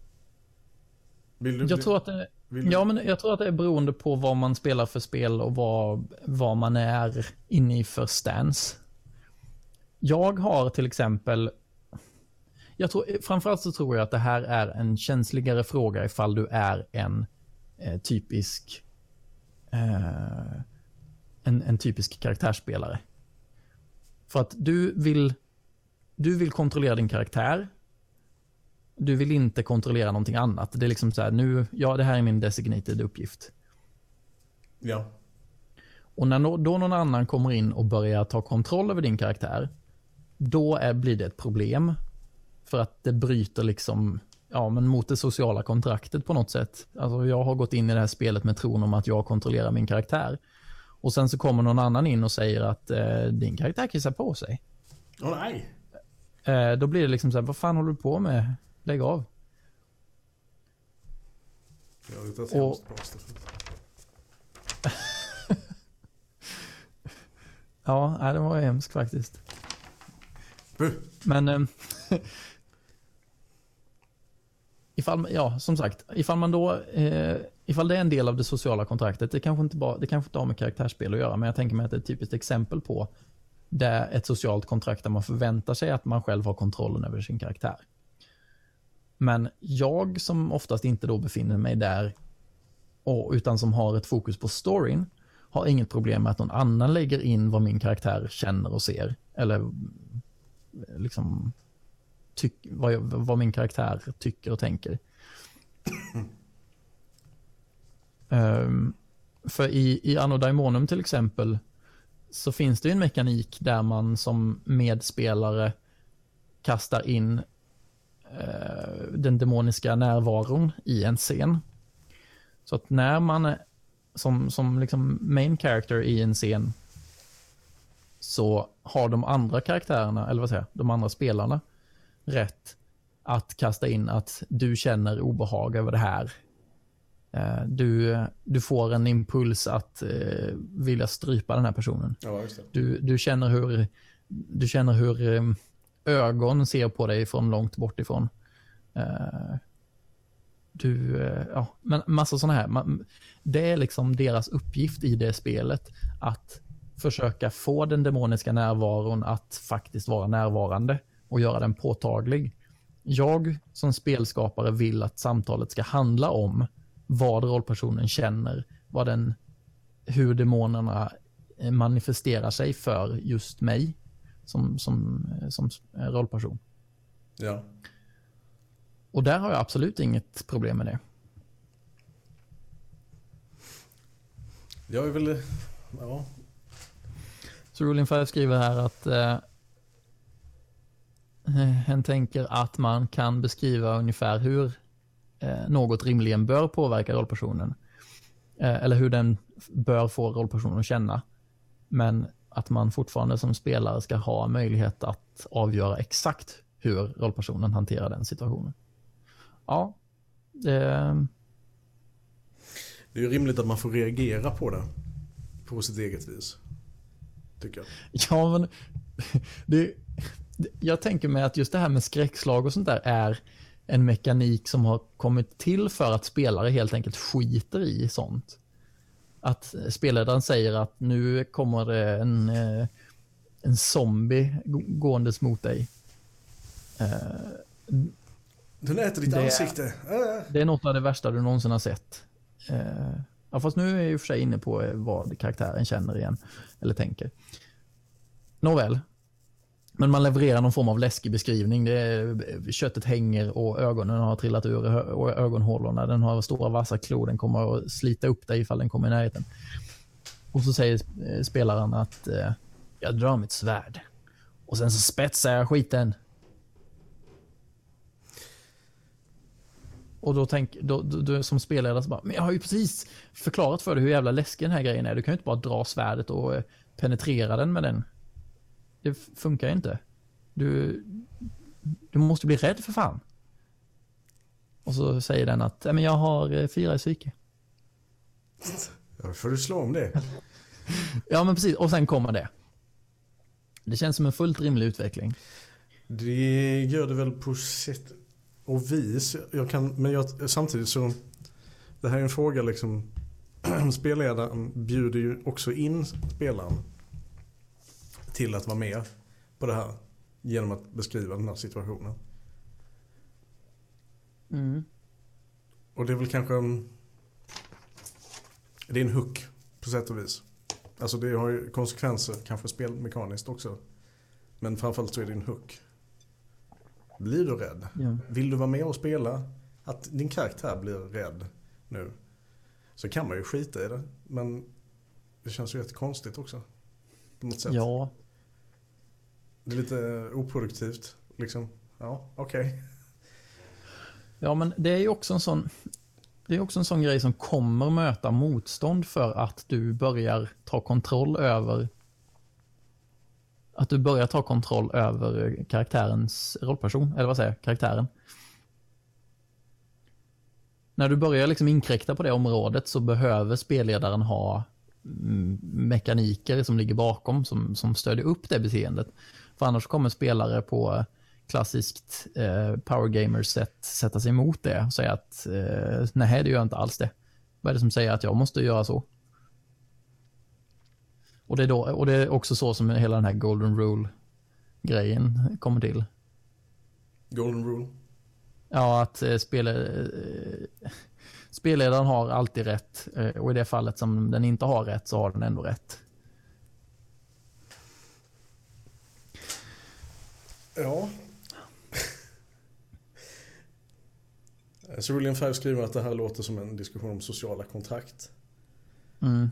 Jag tror att det är beroende på vad man spelar för spel och vad man är inne i för stance. Jag har till exempel, framförallt så tror jag att det här är en känsligare fråga ifall du är en typisk karaktärsspelare. För att du vill kontrollera din karaktär. Du vill inte kontrollera någonting annat. Det är liksom så här, det här är min designated uppgift. Ja. Och när då någon annan kommer in och börjar ta kontroll över din karaktär, då blir det ett problem. För att det bryter liksom, men mot det sociala kontraktet på något sätt. Alltså jag har gått in i det här spelet med tron om att jag kontrollerar min karaktär. Och sen så kommer någon annan in och säger att din karaktär kissar på sig. Nej. Då blir det liksom så här, vad fan håller du på med? Lägg av. Ja, det är ett hemskt plåster. Ja, det var hemskt faktiskt. Men som sagt, ifall det är en del av det sociala kontraktet, det kanske inte har med karaktärsspel att göra, men jag tänker mig att det är ett typiskt exempel på det ett socialt kontrakt där man förväntar sig att man själv har kontrollen över sin karaktär. Men jag som oftast inte då befinner mig där utan som har ett fokus på storyn har inget problem med att någon annan lägger in vad min karaktär känner och ser eller liksom vad min karaktär tycker och tänker. För i Anno Daimonem till exempel så finns det ju en mekanik där man som medspelare kastar in den demoniska närvaron i en scen. Så att när man är som liksom main character i en scen så har de andra karaktärerna, eller vad säger jag, de andra spelarna rätt att kasta in att du känner obehag över det här. Du får en impuls att vilja strypa den här personen. Ja, just det. Du känner hur ögon ser på dig från långt bort ifrån. Men massa sådana här. Det är liksom deras uppgift i det spelet att försöka få den demoniska närvaron att faktiskt vara närvarande och göra den påtaglig. Jag som spelskapare vill att samtalet ska handla om vad rollpersonen känner, hur demonerna manifesterar sig för just mig som rollperson. Ja. Och där har jag absolut inget problem med det. Jag är väl... Ja. Så Rulin 5 skriver här att hen tänker att man kan beskriva ungefär hur något rimligen bör påverka rollpersonen. Eller hur den bör få rollpersonen att känna. Men att man fortfarande som spelare ska ha möjlighet att avgöra exakt hur rollpersonen hanterar den situationen. Ja. Det är ju rimligt att man får reagera på det. På sitt eget vis. Tycker jag. Ja, men jag tänker mig att just det här med skräckslag och sånt där är en mekanik som har kommit till för att spelare helt enkelt skiter i sånt. Att spelledaren säger att nu kommer det en zombie gåendes mot dig. Den äter ditt ansikte. Det är något av det värsta du någonsin har sett. Ja, fast nu är jag i och för sig inne på vad karaktären känner igen. Eller tänker. Nåväl. Men man levererar någon form av läskig beskrivning. Köttet hänger och ögonen har trillat ur ögonhålorna. Den har stora vassa klor. Den kommer att slita upp dig ifall den kommer i närheten. Och så säger spelaren att jag drar mitt svärd. Och sen så spetsar jag skiten. Och då som spelare så bara, men jag har ju precis förklarat för dig hur jävla läskig den här grejen är. Du kan ju inte bara dra svärdet och penetrera den med den. Det funkar ju inte. Du måste bli rädd för fan. Och så säger den att men jag har 4 i psyke. Ja, får du slå om det. Ja, men precis. Och sen kommer det. Det känns som en fullt rimlig utveckling. Det gör det väl på sätt och vis. Samtidigt så det här är en fråga liksom. Spelledaren bjuder ju också in spelaren till att vara med på det här genom att beskriva den här situationen. Mm. Och det är väl kanske det är en hook på sätt och vis. Alltså det har ju konsekvenser kanske spelmekaniskt också. Men framförallt så är det en hook. Blir du rädd? Ja. Vill du vara med och spela? Att din karaktär blir rädd nu. Så kan man ju skita i det. Men det känns ju rätt konstigt också. På något sätt. Ja. Det är lite oproduktivt. Liksom. Ja, okej. Ja, men det är ju också en sån grej som kommer möta motstånd för att du börjar ta kontroll över karaktärens rollperson, eller vad säger jag, karaktären. När du börjar liksom inkräkta på det området så behöver spelledaren ha mekaniker som ligger bakom som stödjer upp det beteendet. För annars kommer spelare på klassiskt power gamers sätt sätta sig emot det och säga att nej, det gör inte alls det. Vad är det som säger att jag måste göra så? Och det är också så som hela den här Golden Rule-grejen kommer till. Golden Rule? Ja, att spelledaren har alltid rätt, och i det fallet som den inte har rätt så har den ändå rätt. Ja. Cerulean 5 skriver att det här låter som en diskussion om sociala kontrakt. Mm.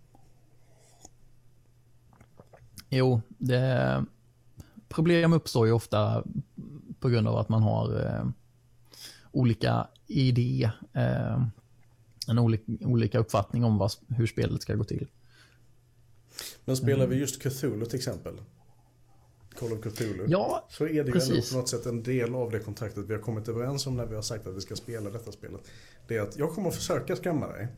Jo, problem uppstår ju ofta på grund av att man har olika idéer, olika uppfattning om hur spelet ska gå till. Men spelar vi just Cthulhu till exempel, Call of Cthulhu, ja, så är det ju ändå på något sätt en del av det kontraktet vi har kommit överens om när vi har sagt att vi ska spela detta spelet. Det är att jag kommer att försöka skrämma dig.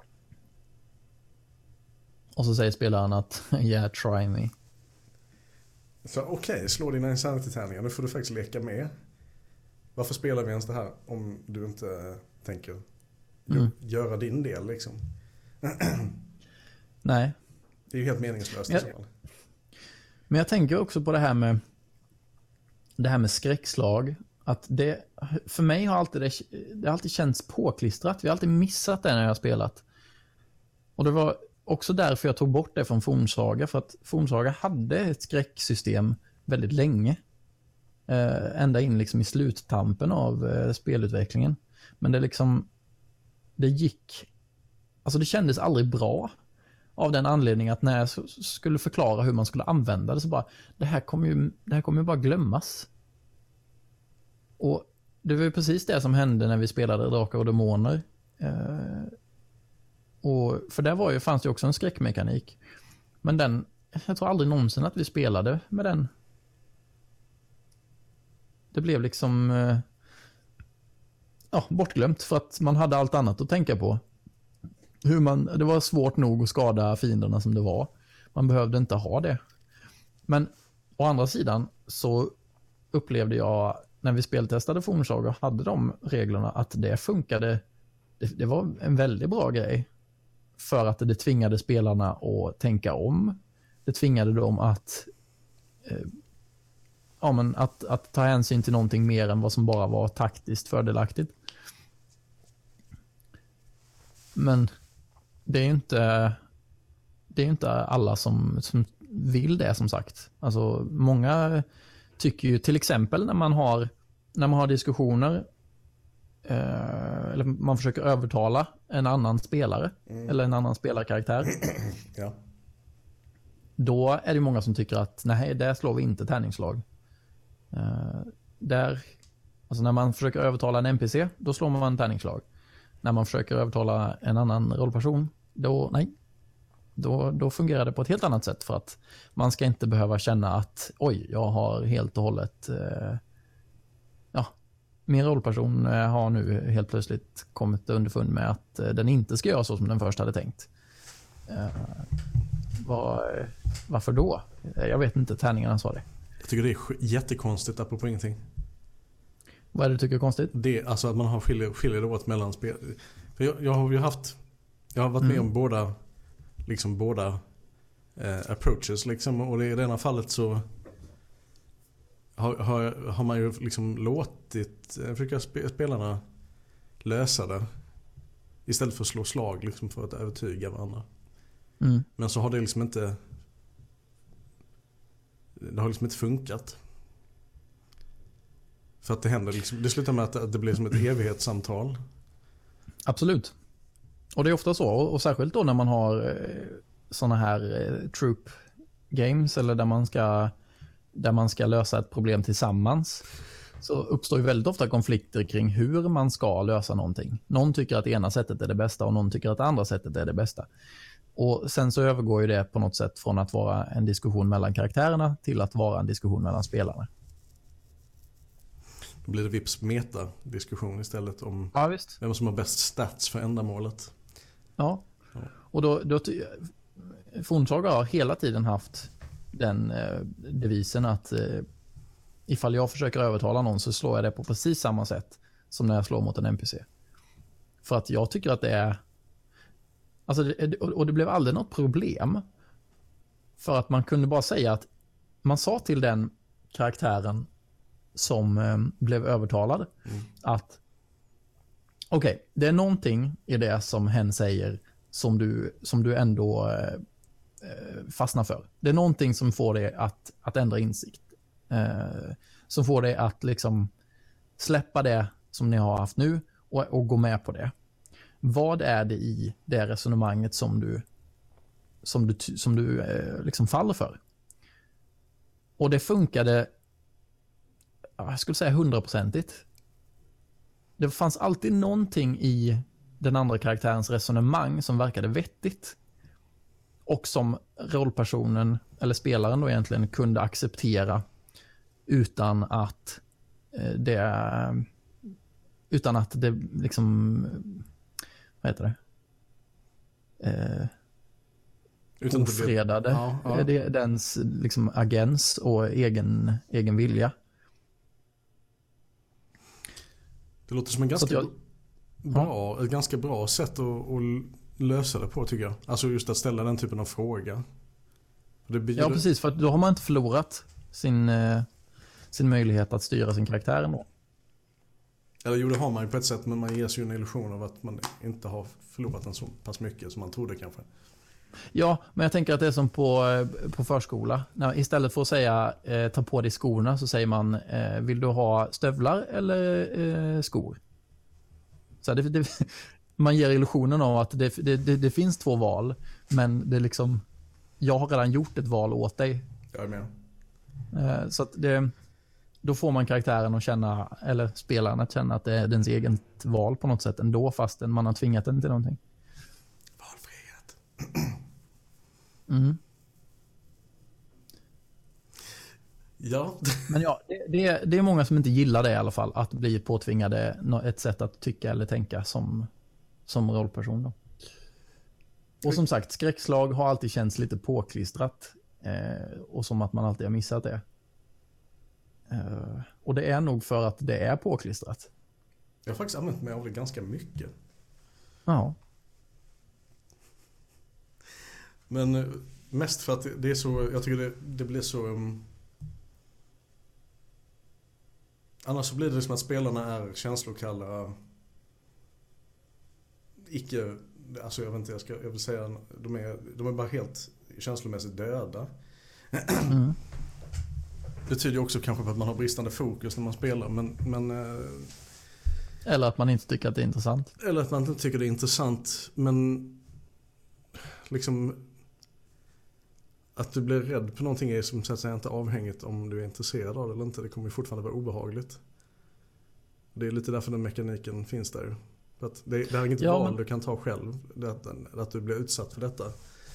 Och så säger spelaren att yeah, try me. Så okej, slå dina insanity-tärningar. Nu får du faktiskt leka med. Varför spelar vi ens det här om du inte tänker göra din del liksom? Nej. Det är ju helt meningslöst i så fall. Men jag tänker också på det här med skräckslag. Att det, för mig har det alltid känts påklistrat. Vi har alltid missat det när jag har spelat. Och det var också därför jag tog bort det från Fornsaga. För att Fornsaga hade ett skräcksystem väldigt länge. Ända in liksom i sluttampen av spelutvecklingen. Men det kändes aldrig bra. Av den anledningen att när jag skulle förklara hur man skulle använda det så bara, det här kommer ju bara glömmas. Och det var ju precis det som hände när vi spelade Drakar och Demoner. Och för där fanns det också en skräckmekanik. Men jag tror aldrig någonsin att vi spelade med den. Det blev liksom bortglömt för att man hade allt annat att tänka på. Det var svårt nog att skada fienderna som det var. Man behövde inte ha det. Men å andra sidan så upplevde jag när vi speltestade Fornsaga och hade de reglerna att det funkade. Det var en väldigt bra grej. För att det tvingade spelarna att tänka om. Det tvingade dem att ta hänsyn till någonting mer än vad som bara var taktiskt fördelaktigt. Men det är inte alla som vill det, som sagt. Alltså många tycker ju till exempel när man har diskussioner eller man försöker övertala en annan spelare eller en annan spelarkaraktär. Ja. Då är det många som tycker att nej, där slår vi inte tärningsslag. Alltså när man försöker övertala en NPC, då slår man en tärningsslag. När man försöker övertala en annan rollperson, då fungerar det på ett helt annat sätt, för att man ska inte behöva känna att oj, jag har helt och hållet min rollperson har nu helt plötsligt kommit underfund med att den inte ska göra så som den först hade tänkt. Varför då? Jag vet inte, tärningarna sa det. Jag tycker det är jättekonstigt apropå ingenting. Vad är det du tycker är konstigt? Det, alltså att man har skiljer åt mellan spel. För jag har varit med om båda approaches liksom, och i det ena fallet så har man ju liksom låtit försöka spelarna lösa det istället för att slå slag liksom, för att övertyga varandra. Men så har det liksom inte funkat. För att det slutar med att det blir som ett evighetssamtal. Absolut. Och det är ofta så, och särskilt då när man har såna här troop games, eller där man ska lösa ett problem tillsammans. så uppstår ju väldigt ofta konflikter kring hur man ska lösa någonting. Någon tycker att det ena sättet är det bästa och någon tycker att det andra sättet är det bästa. Och sen så övergår ju det på något sätt från att vara en diskussion mellan karaktärerna till att vara en diskussion mellan spelarna. Då blir det vips meta-diskussion istället om vem som har bäst stats för ändamålet. Ja, och då Fornsaga har hela tiden haft den devisen att ifall jag försöker övertala någon så slår jag det på precis samma sätt som när jag slår mot en NPC. För att jag tycker att det är... Alltså, och det blev aldrig något problem. För att man kunde bara säga att man sa till den karaktären som blev övertalad att okej, det är någonting i det som hen säger som du ändå fastnar för. Det är någonting som får dig att ändra insikt. Som får dig att liksom släppa det som ni har haft nu och gå med på det. Vad är det i det resonemanget som du liksom faller för? Och det funkade, jag skulle säga 100%. Det fanns alltid någonting i den andra karaktärens resonemang som verkade vettigt och som rollpersonen eller spelaren då egentligen kunde acceptera utan att det liksom, vad heter det? Ofredade dens liksom agens och egen vilja. Det låter som en ganska bra sätt att lösa det på, tycker jag. Alltså just att ställa den typen av fråga. Ja, precis, för då har man inte förlorat sin möjlighet att styra sin karaktär ändå. Eller jo, det har man ju på ett sätt, men man ger sig ju en illusion av att man inte har förlorat den så pass mycket som man trodde kanske. Ja, men jag tänker att det är som på förskola. Istället för att säga ta på dig skorna så säger man vill du ha stövlar eller skor? Så man ger illusionen av att det finns två val, men det är liksom, jag har redan gjort ett val åt dig. Jag är med. Så att då får man karaktären att känna, eller spelaren att känna att det är dens eget val på något sätt ändå, fastän man har tvingat den till någonting. Valfrihet. Mm. Ja. Men ja, det är många som inte gillar det i alla fall, att bli påtvingade ett sätt att tycka eller tänka som rollperson då. Och som sagt, skräckslag har alltid känts lite påklistrat och som att man alltid har missat det. Och det är nog för att det är påklistrat. Jag har faktiskt använt mig av det ganska mycket. Ja. Men mest för att det är så, jag tycker det blir så annars så blir det som att spelarna är känslokalla, alltså jag vet inte, jag vill säga de är bara helt känslomässigt döda. Mm. Det tyder också kanske på att man har bristande fokus när man spelar, men eller att man inte tycker att det är intressant. Eller att man inte tycker det är intressant, men liksom att du blir rädd på någonting är som så att säga inte avhängigt om du är intresserad av det eller inte. Det kommer ju fortfarande vara obehagligt. Det är lite därför den mekaniken finns där. För att det är inget val du kan ta själv, att du blir utsatt för detta.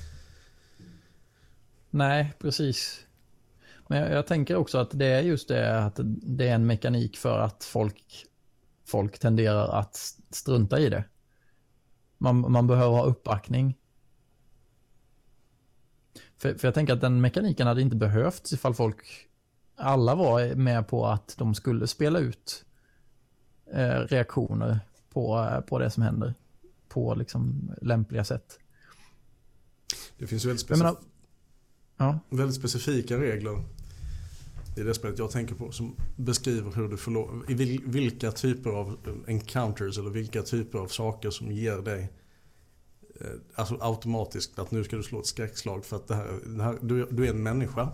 Nej, precis. Men jag tänker också att det är just det, att det är en mekanik för att folk tenderar att strunta i det. Man behöver ha uppbackning. För jag tänker att den mekaniken hade inte behövts ifall alla var med på att de skulle spela ut reaktioner på det som händer på liksom lämpliga sätt. Det finns ju väldigt specifika regler i det spelet jag tänker på som beskriver hur du får lov, i vilka typer av encounters eller vilka typer av saker som ger dig alltså automatiskt att nu ska du slå ett skräckslag för att det här, du är en människa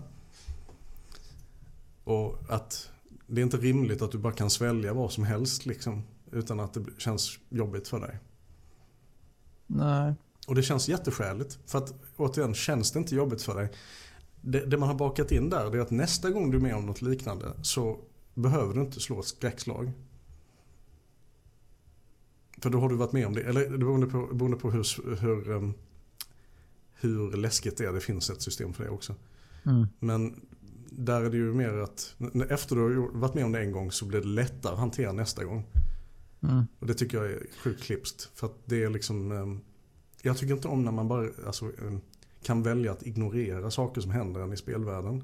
och att det är inte rimligt att du bara kan svälja vad som helst liksom, utan att det känns jobbigt för dig. Nej. Och det känns jätteskäligt för att återigen, känns det inte jobbigt för dig, det man har bakat in där, det är att nästa gång du är med om något liknande så behöver du inte slå ett skräckslag. För då har du varit med om det. Eller beroende på hur läskigt det är. Det finns ett system för det också. Men där är det ju mer att efter du har varit med om det en gång så blir det lättare att hantera nästa gång. Och det tycker jag är sjukt klipskt. För att det är liksom... jag tycker inte om när man bara kan välja att ignorera saker som händer i spelvärlden.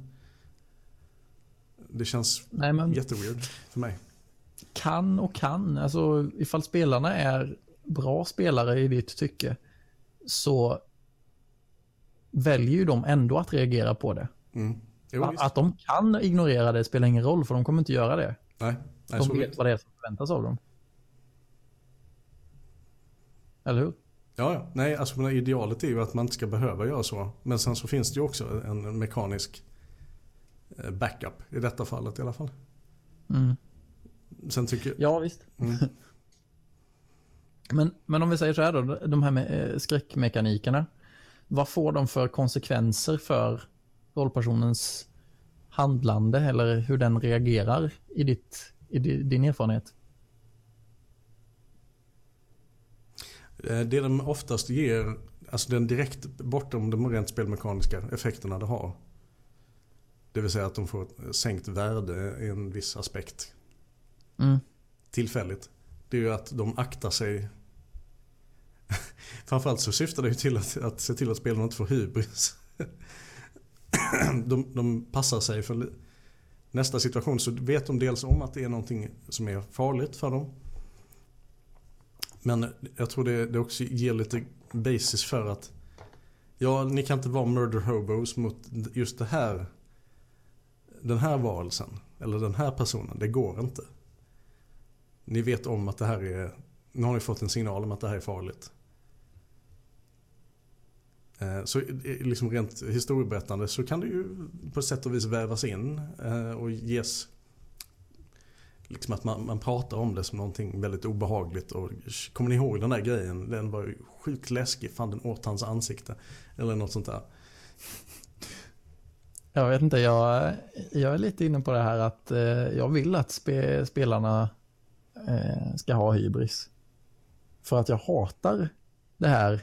Det känns jätteweird för mig. Kan. Alltså ifall spelarna är bra spelare i ditt tycke så väljer ju de ändå att reagera på det. Att de kan ignorera det spelar ingen roll, för de kommer inte göra det. Nej, de vet vad det är som förväntas av dem. Eller hur? Ja. Nej, alltså men idealet är ju att man inte ska behöva göra så. Men sen så finns det ju också en mekanisk backup i detta fallet i alla fall. Sen tycker Ja, visst. Men om vi säger så här då, de här med skräckmekanikerna, vad får de för konsekvenser för rollpersonens handlande eller hur den reagerar i din erfarenhet? Det de oftast ger, alltså den direkt bortom de rent spelmekaniska effekterna det har. Det vill säga att de får ett sänkt värde i en viss aspekt. Tillfälligt. Det är ju att de aktar sig. Framförallt så syftar det ju till att se till att spelarna inte får hybris. De passar sig för nästa situation, så vet de dels om att det är någonting som är farligt för dem. Men jag tror det också ger lite basis för att ni kan inte vara murder hobos mot just den här varelsen eller den här personen. Det går inte. Ni vet om att det här är... Nu har ni fått en signal om att det här är farligt. Så liksom rent historieberättande så kan det ju på sätt och vis vävas in och ges liksom att man pratar om det som någonting väldigt obehagligt. Och kommer ni ihåg den där grejen? Den var ju sjukt läskig. Fan, den åt hans ansikte. Eller något sånt där. Jag vet inte, jag är lite inne på det här att jag vill att spelarna ska ha hybris. För att jag hatar det här.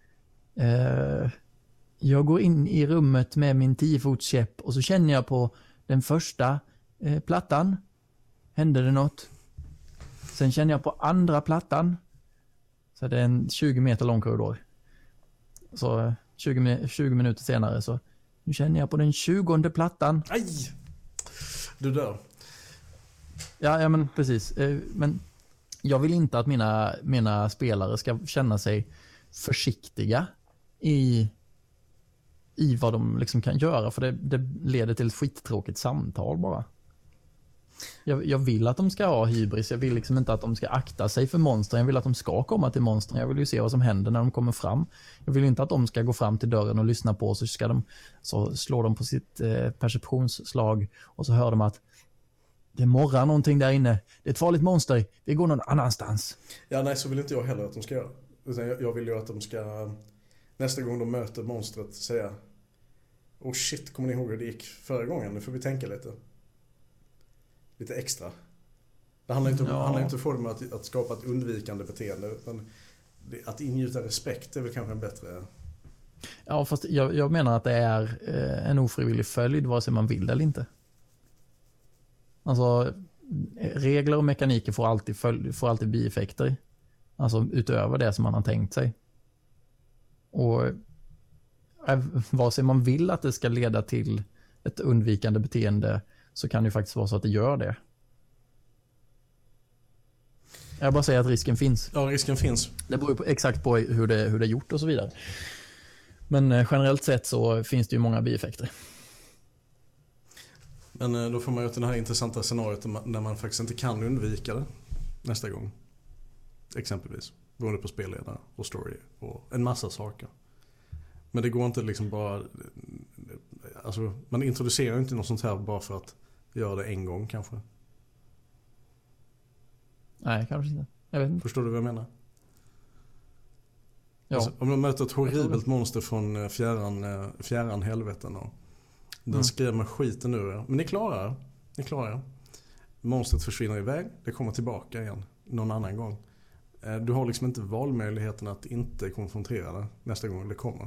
Jag går in i rummet med min 10-fotskäpp och så känner jag på den första plattan. Händer det något? Sen känner jag på andra plattan. Så det är en 20 meter lång korridor. Så 20 minuter senare så nu känner jag på den 20:e plattan. Aj! Du dör. Ja men precis. Men jag vill inte att mina spelare ska känna sig försiktiga i vad de liksom kan göra. För det leder till ett skittråkigt samtal bara. Jag vill att de ska ha hybris. Jag vill liksom inte att de ska akta sig för monster. Jag vill att de ska komma till monster. Jag vill ju se vad som händer när de kommer fram. Jag vill inte att de ska gå fram till dörren och lyssna på oss. Så slår de på sitt perceptionsslag och så hör de att det morrar någonting där inne. Det är ett farligt monster. Vi går någon annanstans. Ja, nej, så vill inte jag heller att de ska göra. Utan jag vill ju att de ska nästa gång de möter monstret säga: oh shit, kommer ni ihåg hur det gick förra gången? Nu får vi tänka lite extra. Det handlar inte om att få dem att skapa ett undvikande beteende, utan att ingjuta respekt är väl kanske en bättre... Ja, fast jag menar att det är en ofrivillig följd vare sig man vill eller inte. Alltså regler och mekaniker får alltid bieffekter. Alltså utöver det som man har tänkt sig. Och vare sig man vill att det ska leda till ett undvikande beteende så kan det ju faktiskt vara så att det gör det. Jag bara säger att risken finns. Ja, risken finns. Det beror ju exakt på hur det är gjort och så vidare. Men generellt sett så finns det ju många bieffekter. Men då får man ju till det här intressanta scenariot när man faktiskt inte kan undvika det nästa gång. Exempelvis. Beroende på spelledare och story och en massa saker. Men det går inte liksom bara... Alltså, man introducerar inte något sånt här bara för att göra det en gång kanske. Nej, kanske inte. Jag vet inte. Förstår du vad jag menar? Ja. Alltså, om de möter ett horribelt monster från fjärran helveten och den skrämmer skiten ur er. Men ni klarar. monstret försvinner iväg, det kommer tillbaka igen någon annan gång. Du har liksom inte valmöjligheten att inte konfrontera det nästa gång det kommer.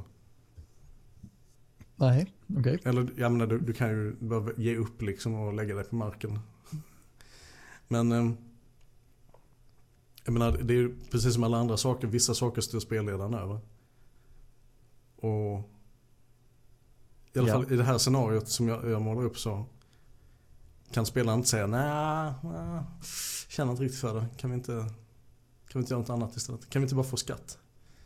Nej, okej. Okay. Eller jag menar, du kan ju bara ge upp liksom och lägga dig på marken. Men jag menar, det är ju precis som alla andra saker. Vissa saker styr spelledaren över. Och i alla fall i det här scenariot som jag målar upp så kan spelaren inte säga nej, känner inte riktigt för det. Kan vi inte göra något annat istället? Kan vi inte bara få skatt?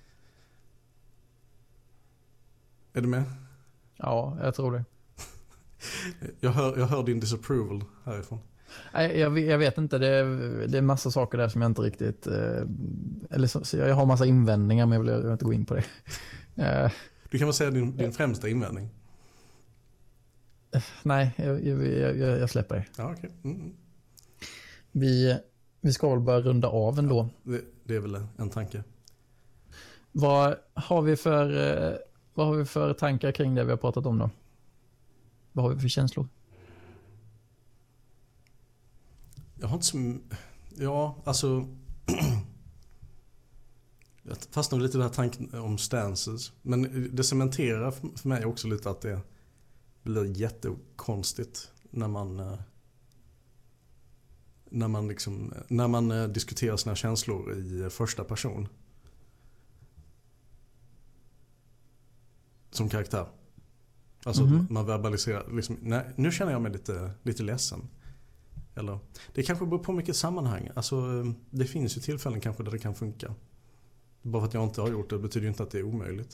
Är du med? Ja, jag tror det. Jag hör din disapproval härifrån. Nej, jag vet inte. Det är massa saker där som jag inte riktigt... så jag har massa invändningar, men jag vill inte gå in på det. Du kan väl säga din främsta invändning? Nej, jag släpper det. Ja, okej. Mm. Vi ska väl börja runda av ändå. Ja, det är väl en tanke. Vad har vi för tankar kring det vi har pratat om då? Vad har vi för känslor? Jag har inte så... Ja, alltså... Jag fastnade lite i den här tanken om stances. Men det cementerar för mig också lite att det blir jättekonstigt när man diskuterar sina känslor i första person. Som karaktär. Alltså man verbaliserar liksom, nej, nu känner jag mig lite ledsen. Eller, det kanske beror på mycket sammanhang. Alltså, det finns ju tillfällen kanske där det kan funka. Bara för att jag inte har gjort det betyder ju inte att det är omöjligt.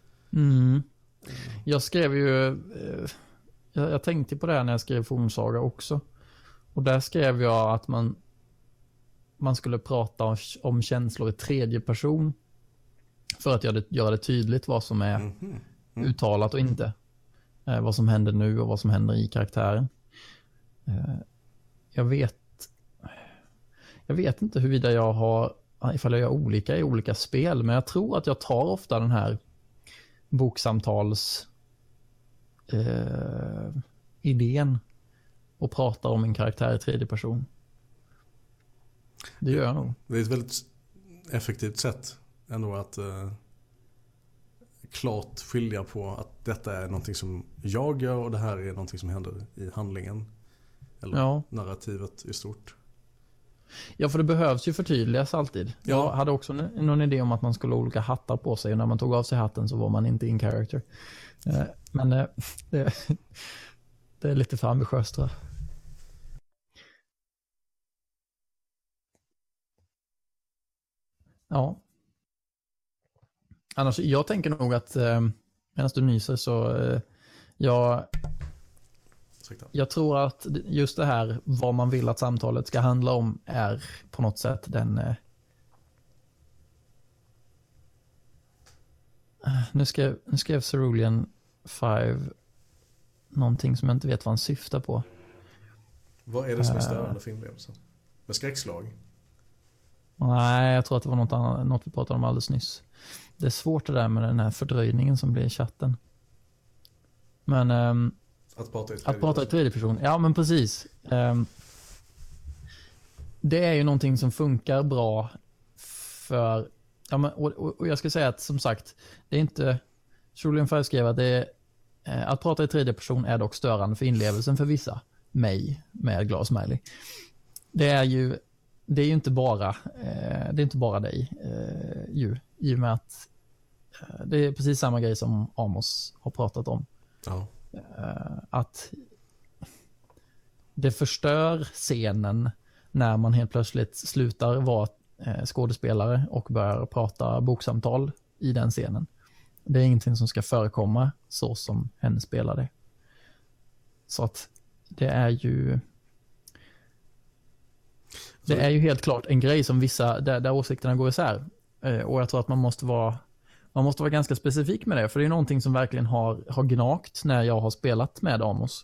Jag skrev ju... Jag tänkte på det här när jag skrev Formsaga också. Och där skrev jag att man skulle prata om känslor i tredje person. För att göra det tydligt vad som är uttalat och inte. Vad som händer nu och vad som händer i karaktären. Jag vet inte huruvida ifall jag gör olika i olika spel, men jag tror att jag tar ofta den här boksamtals idén och pratar om en karaktär i tredje person. Det gör jag nog. Det är ett väldigt effektivt sätt ändå att klart skilja på att detta är någonting som jag gör och det här är någonting som händer i handlingen eller narrativet i stort. Ja, för det behövs ju förtydligas alltid. Ja. Jag hade också någon idé om att man skulle ha olika hattar på sig och när man tog av sig hatten så var man inte in character. Men det är lite för ambitiöst, tror jag. Ja. Annars, jag tänker nog att medan du nyser så jag tror att just det här vad man vill att samtalet ska handla om är på något sätt den nu skrev Cerulean 5 någonting som jag inte vet vad han syftar på. Vad är det som är störande för inlevelsen? Med skräckslag? Nej, jag tror att det var något vi pratade om alldeles nyss. Det är svårt det där med den här fördröjningen som blir i chatten. Men att prata i tredje person. Ja, men precis. Det är ju någonting som funkar bra för... Ja, men, och jag ska säga att som sagt, det är inte... Cerulean 5 skrev att att prata i tredje person är dock störande för inlevelsen för vissa. Mig med glad smiley. Det är ju inte bara dig i och med att det är precis samma grej som Amos har pratat om. Ja. Att det förstör scenen när man helt plötsligt slutar vara skådespelare och börjar prata boksamtal i den scenen. Det är ingenting som ska förekomma så som hen spelade. Så att det är ju helt klart en grej som vissa där åsikterna går isär. Och jag tror att man måste vara ganska specifik med det, för det är någonting som verkligen har gnagt när jag har spelat med Amos.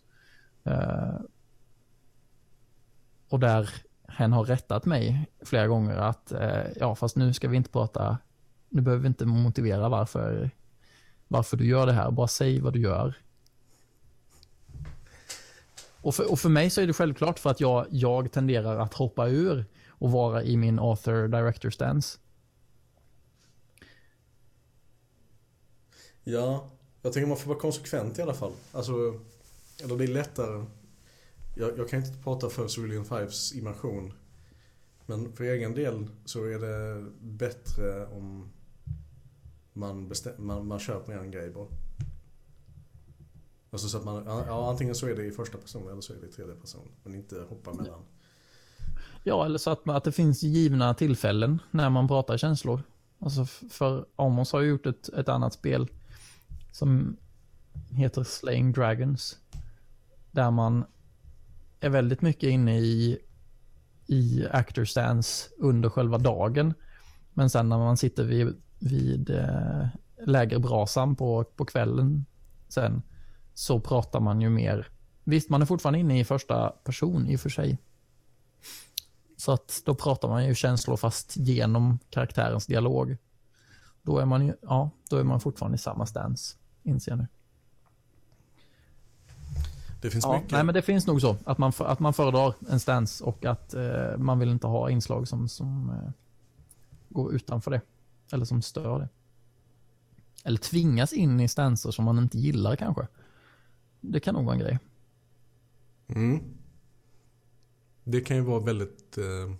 Och där hen har rättat mig flera gånger att fast nu ska vi inte prata, nu behöver vi inte motivera varför du gör det här, bara säg vad du gör. Och för mig så är det självklart för att jag tenderar att hoppa ur och vara i min author-director stance. Ja, jag tänker man får vara konsekvent i alla fall. Alltså, eller det är lättare. Jag kan inte prata för Cerulean 5s immersion. Men för egen del så är det bättre om man köper en grej bara. Alltså så att man, antingen så är det i första person eller så är det i tredje person. Men inte hoppa mellan. Ja, eller så att det finns givna tillfällen när man pratar känslor. Alltså för Amos har gjort ett annat spel som heter Slaying Dragons. Där man är väldigt mycket inne i actor stance under själva dagen. Men sen när man sitter vid lägerbrasan på kvällen sen så pratar man ju mer. Visst, man är fortfarande inne i första person i och för sig. Så att då pratar man ju känslor fast genom karaktärens dialog. Då är man fortfarande i samma stance, inser jag nu. Det finns mycket. Nej, men det finns nog så att man föredrar en stance och att man vill inte ha inslag som går utanför det eller som stör det. Eller tvingas in i stanser som man inte gillar kanske. Det kan nog vara en grej. Mm. Det kan ju vara väldigt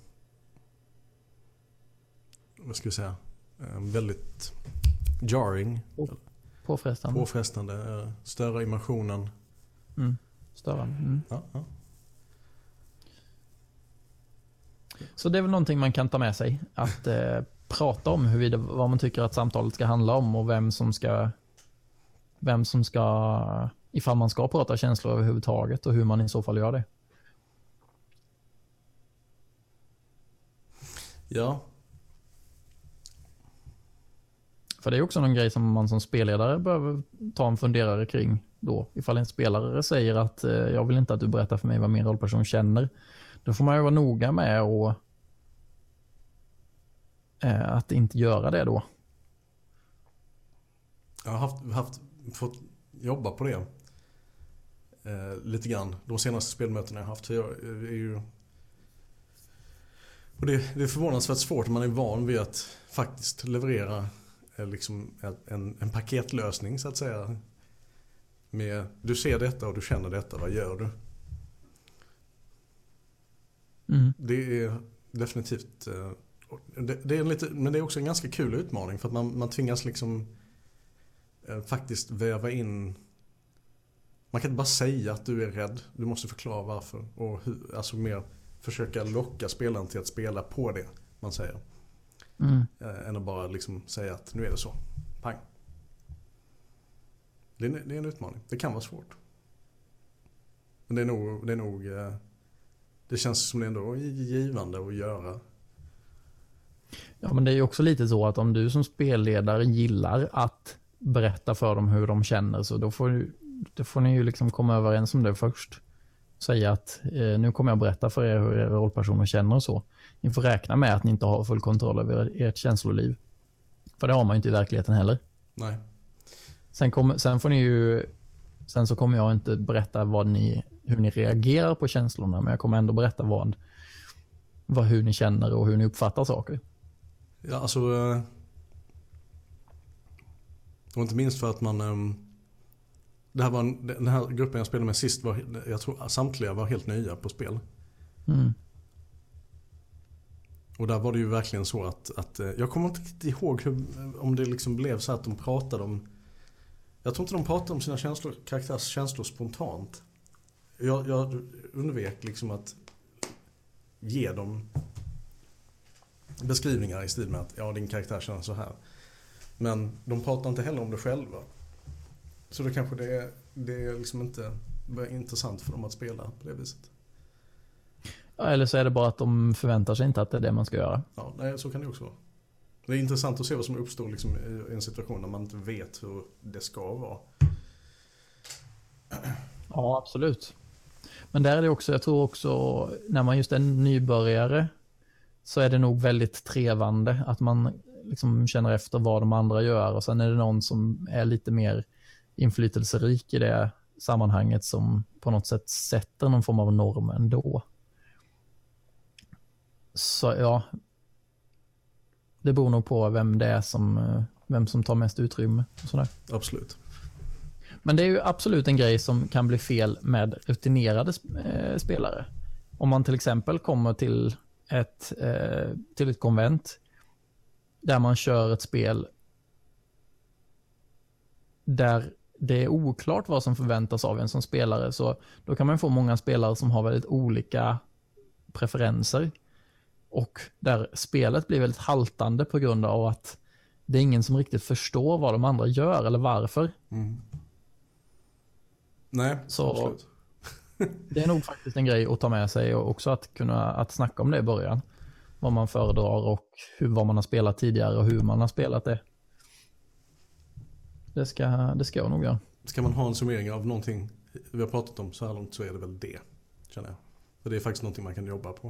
vad ska jag säga, väldigt jarring. Påfrestande. Störa immersionen. Störande. Ja. Så det är väl någonting man kan ta med sig. Att prata om vad man tycker att samtalet ska handla om och vem som ska ifall man ska prata känslor överhuvudtaget och hur man i så fall gör det. Ja. För det är också någon grej som man som spelledare behöver ta en funderare kring då. Ifall en spelare säger att jag vill inte att du berättar för mig vad min rollperson känner. Då får man ju vara noga med och att inte göra det då. Jag har fått jobba på det lite grann. De senaste spelmötena jag haft. Och det är förvånansvärt svårt om man är van vid att faktiskt leverera liksom en paketlösning så att säga. Med du ser detta och du känner detta, vad gör du? Det är definitivt det är lite, men det är också en ganska kul utmaning för att man tvingas liksom faktiskt väva in. Man kan inte bara säga att du är rädd. Du måste förklara varför och alltså mer försöka locka spelaren till att spela på det man säger. Än att bara liksom säga att nu är det så. Pang. Det är en utmaning. Det kan vara svårt. Men det är nog det känns som det ändå är givande att göra. Ja, men det är ju också lite så att om du som spelledare gillar att berätta för dem hur de känner så då får ni ju liksom komma överens om det först. Säga att nu kommer jag berätta för er hur era rollpersoner känner och så. Ni får räkna med att ni inte har full kontroll över ert känsloliv. För det har man ju inte i verkligheten heller. Nej. Sen så kommer jag inte berätta hur ni reagerar på känslorna, men jag kommer ändå berätta hur ni känner och hur ni uppfattar saker. Ja, alltså och inte minst för att man den här gruppen jag spelade med sist jag tror samtliga var helt nya på spel. Och där var det ju verkligen så att jag kommer inte riktigt ihåg om det liksom blev så att de pratade om. Jag tror inte de pratade om sina karaktärs känslor spontant. Jag undvek liksom att ge dem beskrivningar i stil med att din karaktär känner så här. Men de pratar inte heller om det själva. Så då kanske det är liksom inte intressant för dem att spela på det viset. Ja, eller så är det bara att de förväntar sig inte att det är det man ska göra. Ja, nej, så kan det också vara. Det är intressant att se vad som uppstår liksom i en situation där man inte vet hur det ska vara. Ja, absolut. Men där är det också, jag tror också, när man just är nybörjare så är det nog väldigt trevande att man liksom känner efter vad de andra gör och sen är det någon som är lite mer inflytelserik i det sammanhanget som på något sätt sätter någon form av norm ändå. Så ja, det beror nog på vem det är vem som tar mest utrymme och sådär. Absolut. Men det är ju absolut en grej som kan bli fel med rutinerade spelare. Om man till exempel kommer till ett konvent där man kör ett spel där det är oklart vad som förväntas av en som spelare, så då kan man få många spelare som har väldigt olika preferenser och där spelet blir väldigt haltande på grund av att det är ingen som riktigt förstår vad de andra gör eller varför. Nej, så absolut. Det är nog faktiskt en grej att ta med sig och också att snacka om det i början. Vad man föredrar och vad man har spelat tidigare och hur man har spelat det. Det ska jag nog göra. Ska man ha en summering av någonting vi har pratat om så här långt, så är det väl det, känner jag. För det är faktiskt någonting man kan jobba på.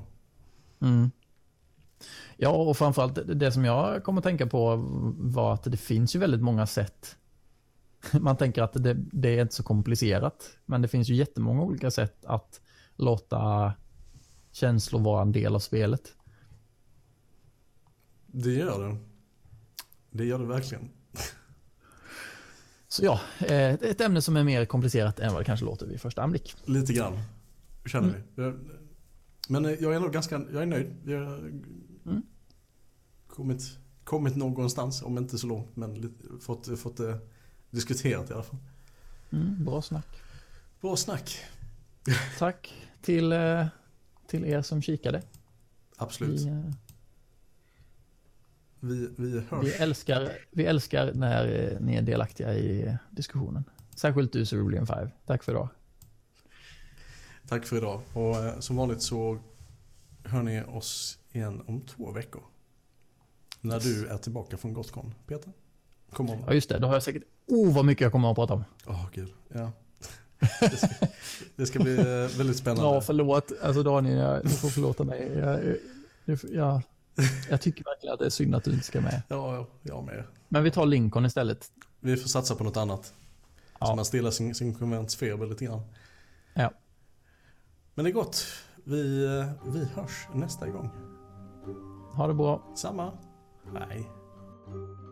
Ja, och framförallt det som jag kommer att tänka på var att det finns ju väldigt många sätt. Man tänker att det är inte så komplicerat, men det finns ju jättemånga olika sätt att låta känslor vara en del av spelet. Det gör det. Det gör det verkligen. Så ja, ett ämne som är mer komplicerat än vad det kanske låter vid första anblick. Lite grann, känner vi. Men jag är nog jag är nöjd. Vi har kommit någonstans, om inte så långt, men fått diskuterat i alla fall. Bra snack. Bra snack. Tack till er som kikade. Absolut. Vi hörs. Vi älskar när ni är delaktiga i diskussionen. Särskilt du, Cerulean 5. Tack för idag. Tack för idag. Och som vanligt så hör ni oss igen om 2 veckor. När du är tillbaka från Gotcon, Peter. Ja, just det. Då har jag säkert... vad mycket jag kommer att prata om. Gud. Ja. Det ska bli väldigt spännande. Ja, förlåt. Alltså Daniel, du får förlåta mig. Jag tycker verkligen att det är synd att du inte ska med. Ja, jag med. Men vi tar Lincoln istället. Vi får satsa på något annat. Ja. Så man stilla sin konventsfeber lite grann. Ja. Men det är gott. Vi hörs nästa gång. Ha det bra. Samma. Hej.